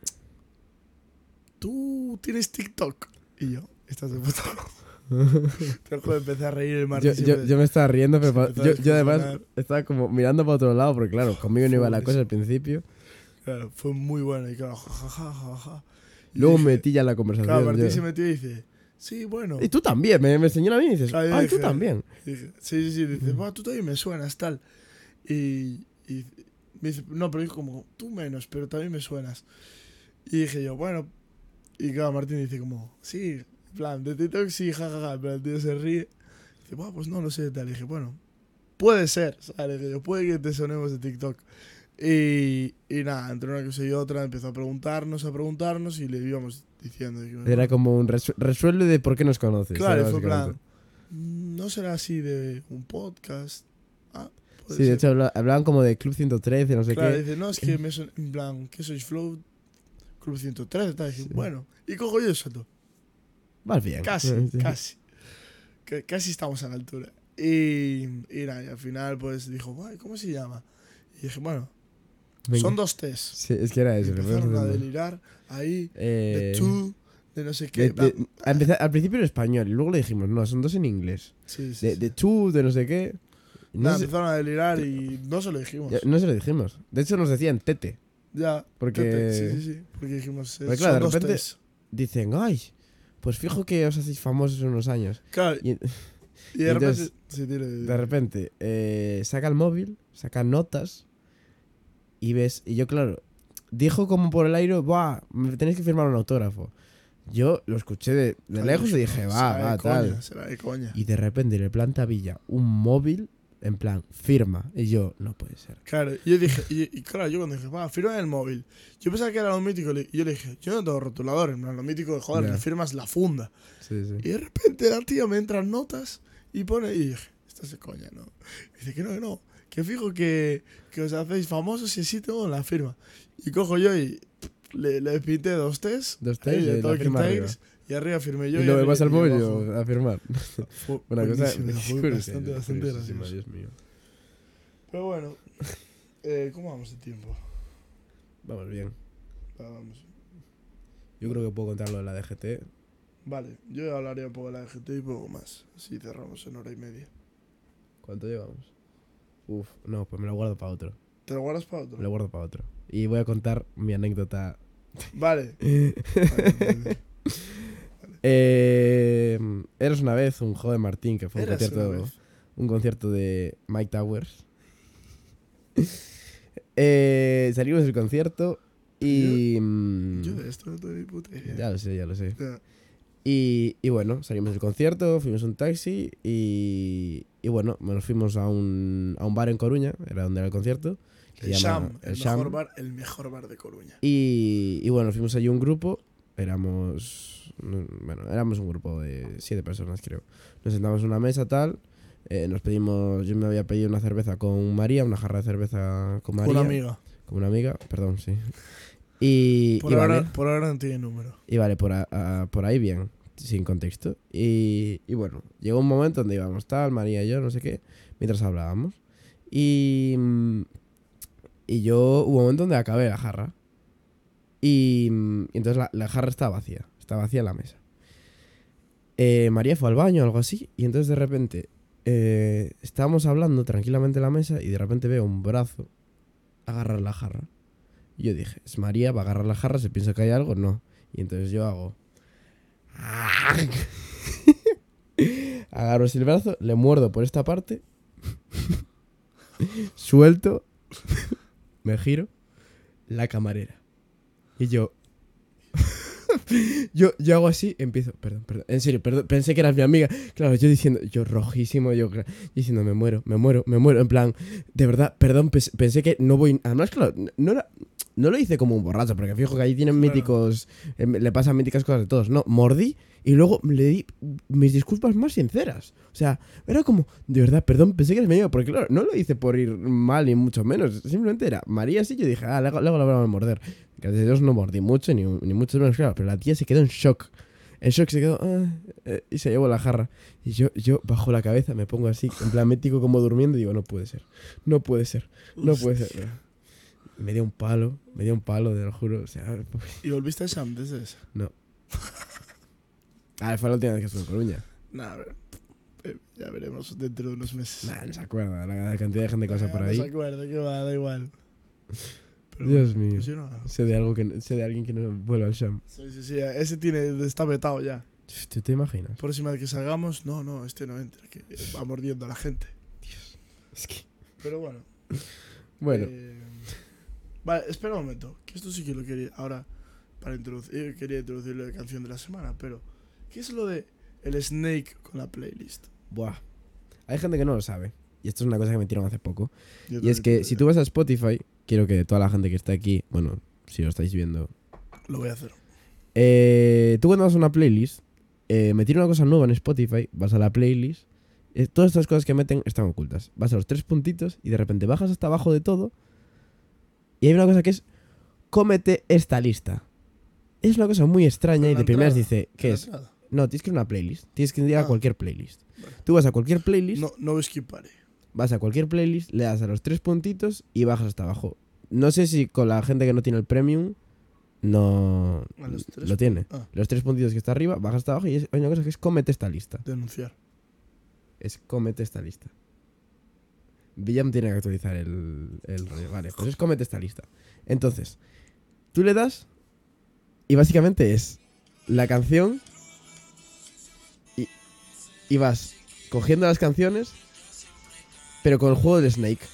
tú tienes TikTok. Y yo, estás de puta. Te juro, empecé a reír el martes. Yo me estaba riendo, pero yo además descojonar. estaba como mirando para otro lado, porque claro, conmigo no iba la cosa al principio. Claro, fue muy bueno. Y claro, jajaja. Luego me metí ya en la conversación. Claro, Martín se metió y dice, sí, bueno. Y tú también, me enseñó a mí y dices, Claro, ay, dije, tú también. Dije, sí, dice, va, tú también me suenas, tal. Y me dice, no, pero dijo como, tú menos, pero también me suenas. Y dije yo, bueno, Y claro, Martín dice como, sí, en plan, de TikTok sí, jajaja, pero el tío se ríe. Dice, bueno, pues no lo sé, tal. Y dije, bueno, puede ser, ¿sabes? Dije, puede que te sonemos de TikTok. Y nada, entre una cosa y otra empezó a preguntarnos y le íbamos diciendo. Dijimos, Era bueno, como un resuelve de por qué nos conoces. claro, era y fue en básicamente. plan, ¿no será así de un podcast? Ah, puede Sí, de ser. hecho hablaban como de Club 113, no sé Claro, qué. dice, no, es que me son, en plan, ¿qué sois Flow Club 103? Tal. Dije, Sí. bueno, y cojo yo y suelto. Vas bien. Casi, Sí. casi. Casi estamos a la altura. Y nada, y al final pues dijo, "Guay, ¿cómo se llama?" Y dije, bueno, Venga. son 2 T's. Sí, es que era Y eso. le empezaron fuimos a haciendo. delirar ahí, de tú, de no sé qué. Al principio en español y luego le dijimos, no, son 2 en inglés. Sí, sí, De, sí. de tú, de no sé qué. No, Nada, sé, empezaron a delirar y no se lo dijimos. no se lo dijimos. De hecho nos decían tete. Ya, Porque- tete, sí, sí, sí. Porque dijimos, Porque claro, son de 2 repente- T's. Dicen, ay, pues fijo que os hacéis famosos en unos años. Claro, Y y de entonces, repente... Sí, dile, de repente saca el móvil, saca notas y ves, y yo claro, dijo como por el aire, va, me tenéis que firmar un autógrafo. Yo lo escuché de Claro, lejos y dije, va, tal. Será de coña. Y de repente le planta Villa un móvil, en plan, firma. Y yo, no puede ser. Claro, y yo dije, y claro, yo cuando dije, va, firma en el móvil. Yo pensaba que era lo mítico, y yo le dije, yo no tengo rotulador, en plan, lo mítico de joder, Ya. le firmas la funda. Sí, sí. Y de repente la tía me entra en notas y pone, y dije, esto es de coña, ¿no? Y dice que no, que fijo que os hacéis famosos y así tengo la firma. Y cojo yo y le pinté 2 T's, 2 ahí, T's de y la Talking firma arriba. Takes, y arriba firmé yo. Y luego vas al móvil y abajo. yo a firmar. Fue Una cosa buenísimo, fue bastante curiosísima, gracioso. Dios mío. Pero bueno, ¿cómo vamos de tiempo? Vamos bien. Vamos. Yo creo que puedo contar lo de la DGT. Vale, yo hablaría un poco de la DGT y poco más. Así cerramos en 1h30. ¿Cuánto llevamos? Uf, no, pues me lo guardo para otro. ¿Te lo guardas para Me lo otro? guardo para otro. Y voy a contar mi anécdota. Vale. Eras una vez un joven Martín que fue un Érase una concierto, vez. un concierto de Mike Towers. Salimos del concierto y... Yo de esto no tengo ni puta idea. ya lo sé, ya lo sé. Ya. Y bueno, salimos del concierto, fuimos a un taxi y bueno, nos fuimos a un bar en Coruña, era donde era el concierto. que El se llama Sham, El Sham. el mejor bar de Coruña. Y bueno, fuimos allí un grupo, éramos un grupo de 7 personas creo. Nos sentamos en una mesa tal, nos pedimos, yo me había pedido una cerveza con María, una jarra de cerveza con María. Una amiga. Con una amiga, perdón, sí. Y Por ahora no tiene número. Y vale, por ahí bien, sin contexto. Y bueno, llegó un momento donde íbamos tal, María y yo, no sé qué, mientras hablábamos. Y yo hubo un momento donde acabé la jarra. Y entonces la jarra estaba vacía en la mesa. María fue al baño o algo así, y entonces de repente estábamos hablando tranquilamente en la mesa y de repente veo un brazo agarrar la jarra. Y yo dije, es María, va a agarrar la jarra, se piensa que hay algo, no. Y entonces yo hago... agarro así el brazo, le muerdo por esta parte, suelto, me giro, la camarera. Y yo... yo hago así, empiezo, perdón, en serio, perdón, pensé que eras mi amiga. Claro, yo rojísimo, yo diciendo, me muero, en plan, de verdad, perdón, pensé que no voy... Además, claro, no lo hice como un borracho, porque fijo que ahí tienen Claro. míticos, le pasan míticas cosas de todos. No, mordí y luego le di mis disculpas más sinceras. O sea, era como, de verdad, perdón, pensé que eras mi amiga, porque claro, no lo hice por ir mal ni mucho menos. Simplemente era, María sí, yo dije, luego la van a morder. Gracias a Dios no mordí mucho, ni mucho menos, claro, pero la tía se quedó en shock. En shock se quedó, y se llevó la jarra. Y yo bajo la cabeza, me pongo así, en plan mítico como durmiendo, y digo, no puede ser. Me dio un palo, te lo juro. O sea, ¿Y volviste a Sham desde ese? no. Fue la última vez que estuve en Coruña. Nah, a ver, ya veremos dentro de unos meses. Nah, no se acuerda la cantidad de gente que pasa por No ahí. se acuerda, que va, da igual. Pero Dios bueno, mío. pues yo no. Sé de alguien que no vuelve al Sham. Sí, ese está vetado ya. ¿Tú te imaginas? Próxima vez que salgamos, no, este no entra, que va mordiendo a la gente. Es que... Pero bueno. Bueno, Vale, espera un momento, que esto sí que lo quería. Ahora, para introducir, quería introducir la canción de la semana, pero ¿qué es lo de el Snake con la playlist? Buah. Hay gente que no lo sabe. Y esto es una cosa que me metieron hace poco. Yo Y es también que te si lo tú vas a Spotify, quiero que toda la gente que está aquí, bueno, si lo estáis viendo, lo voy a hacer. tú cuando vas a una playlist, meter una cosa nueva en Spotify, vas a la playlist, todas estas cosas que meten están ocultas. Vas a los 3 puntitos y de repente bajas hasta abajo de todo y hay una cosa que es cómete esta lista. Es una cosa muy extraña y de primeras dice, ¿qué es? No, tienes que ir a una playlist. Tienes que ir a cualquier playlist. Vale. Tú vas a cualquier playlist. No esquiparé. Vas a cualquier playlist, le das a los 3 puntitos y bajas hasta abajo. No sé si con la gente que no tiene el premium no A los 3 lo tiene. Ah, Los 3 puntitos que está arriba, bajas hasta abajo y hay una cosa que es cómete esta lista. denunciar. Es cómete esta lista. Villam tiene que actualizar el rollo. Vale, pues es cómete esta lista. Entonces, tú le das y básicamente es la canción y vas cogiendo las canciones, pero con el juego del Snake.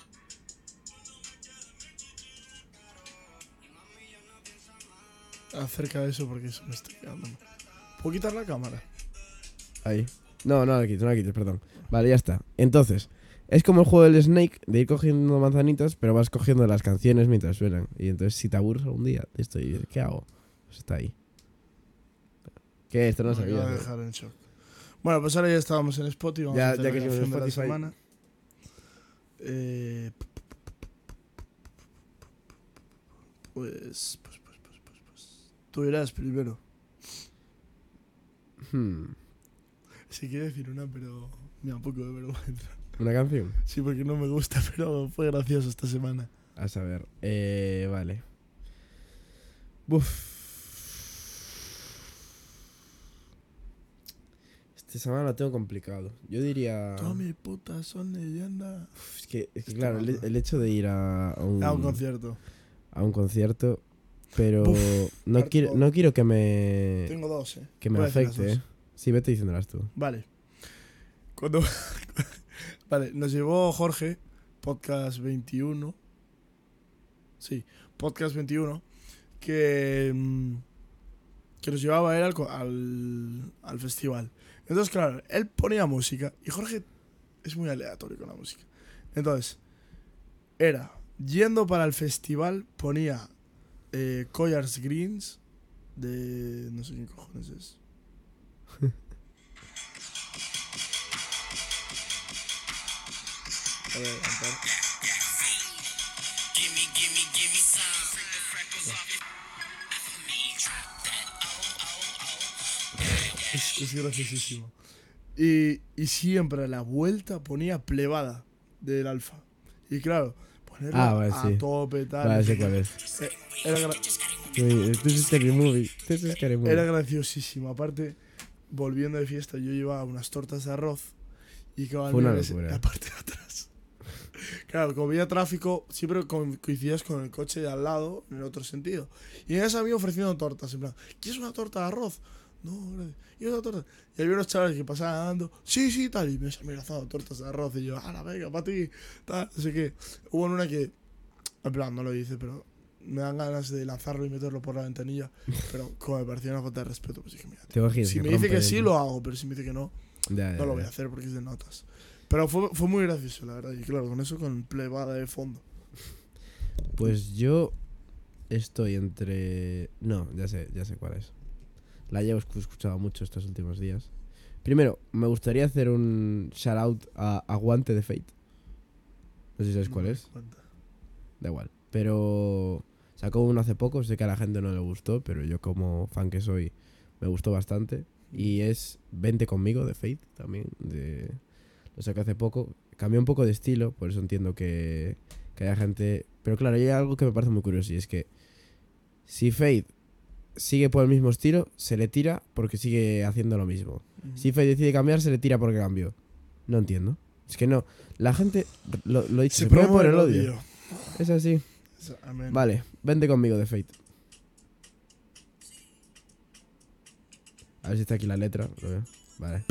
Acerca de eso porque se me está quedando. ¿Puedo quitar la cámara? Ahí. No la quites, perdón. Vale, ya está. Entonces, es como el juego del Snake, de ir cogiendo manzanitas, pero vas cogiendo las canciones mientras suenan. Y entonces, si te aburres algún día de esto y dices, ¿qué hago? Pues está ahí. ¿Qué? Esto no lo Me acabo sabía. de ¿no? dejar en shock. Bueno, pues ahora ya estábamos en Spotify. Vamos a hacer Ya la que estamos en canción de la Spotify. semana. Pues. Tú irás primero. Si quiero decir una, pero me da un poco de vergüenza. ¿Una canción? Sí, porque no me gusta, pero fue gracioso esta semana. A saber. Vale. Uf. Esta semana lo tengo complicado. Yo diría... Todas mis putas son leyendas. Es que claro, el hecho de ir a un concierto. A un concierto, pero Uf, no quiero que me Tengo dos, que me Voy a decir las afecte, dos. Sí, vete diciéndolas tú. Vale. Vale, nos llevó Jorge, Podcast 21. Sí, Podcast 21. Que nos llevaba a él al festival. Entonces, claro, él ponía música y Jorge es muy aleatorio con la música. Entonces, yendo para el festival, ponía Collars Greens de... no sé qué cojones es. A ver, aguantar. Es graciosísimo. Y siempre a la vuelta ponía Plebada del Alfa. Y claro, ponerla vale, a sí. tope, tal. Vale, sé cuál es. Era, This is Scary Movie. era graciosísimo. Aparte, volviendo de fiesta, yo llevaba unas tortas de arroz y que Fue una locura. en la parte de atrás. Claro, como había tráfico, siempre coincidías con el coche de al lado, en el otro sentido. Y en ese amigo ofreciendo tortas, en plan, ¿quieres una torta de arroz? No, gracias. ¿Quieres una torta? Y había unos chavales que pasaban dando, sí, tal, y me amenazado tortas de arroz. Y yo, la venga, para ti, tal, no sé qué. Hubo una que, en plan, no lo hice, pero me dan ganas de lanzarlo y meterlo por la ventanilla. Pero como me parecía una falta de respeto, pues dije, mira, Te imaginas si que me dice rompe que sí, el- lo hago, pero si me dice que no, Ya, no lo voy a hacer porque es de notas. Pero fue muy gracioso, la verdad. Y claro, con eso, con Plebada de fondo. Pues yo estoy entre... No, ya sé cuál es. La llevo escuchado mucho estos últimos días. Primero, me gustaría hacer un shout out a Aguante de Fate. No sé si sabes cuál No me es. cuenta. Da igual. Pero sacó uno hace poco. Sé que a la gente no le gustó, pero yo como fan que soy me gustó bastante. Y es Vente conmigo de Fate también. Lo saqué hace poco. Cambió un poco de estilo, por eso entiendo que haya gente... Pero claro, hay algo que me parece muy curioso y es que si Fate sigue por el mismo estilo, se le tira porque sigue haciendo lo mismo. Si Fate decide cambiar, se le tira porque cambió. No entiendo. Es que no. La gente, lo he dicho, se mueve por el odio. Es así. Amén. Vale, vente conmigo de Fate. A ver si está aquí la letra. Lo veo. Vale.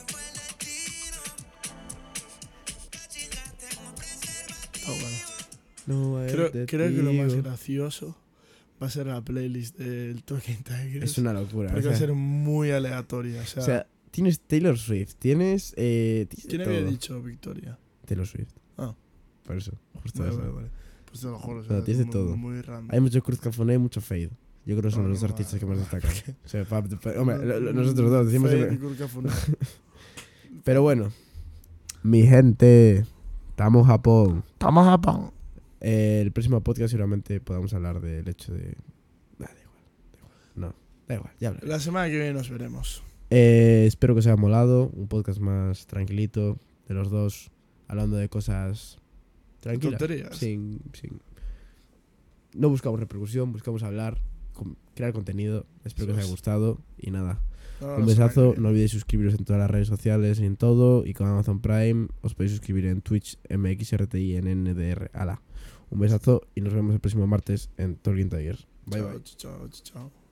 Está bueno. No va a Creo ir que lo más testigo. gracioso va a ser la playlist del Talking Tigers. Es una locura. Porque va a ser muy aleatoria. O sea, tienes Taylor Swift, tienes de ¿quién todo. había dicho Victoria? Taylor Swift. Ah. Por eso, justo Vale, eso. vale, vale. Pues te lo juro. O Pero sea, tienes muy, todo. muy random. Hay mucho Cruz Cafoné y mucho Fade. Yo creo que son No, los dos no, artistas que más vale, destacan. vale. O sea, hombre, nosotros dos decimos Fade siempre. y Kurt Cafuné. Pero bueno, mi gente, estamos Japón. Estamos a Japón. El próximo podcast seguramente podamos hablar del hecho de... da igual. No, da igual, ya hablaré. La semana que viene nos veremos. Espero que os haya molado. Un podcast más tranquilito de los dos, hablando de cosas tranquilas. Tonterías. Sin... No buscamos repercusión, buscamos hablar, crear contenido. Espero que os haya gustado y nada. No, Un la semana que besazo, viene. no olvidéis suscribiros en todas las redes sociales y en todo. Y con Amazon Prime os podéis suscribir en Twitch, MXRTI, en NDR. Ala. Un besazo y nos vemos el próximo martes en Talking Tigers. Bye Chao, bye. chao, chao.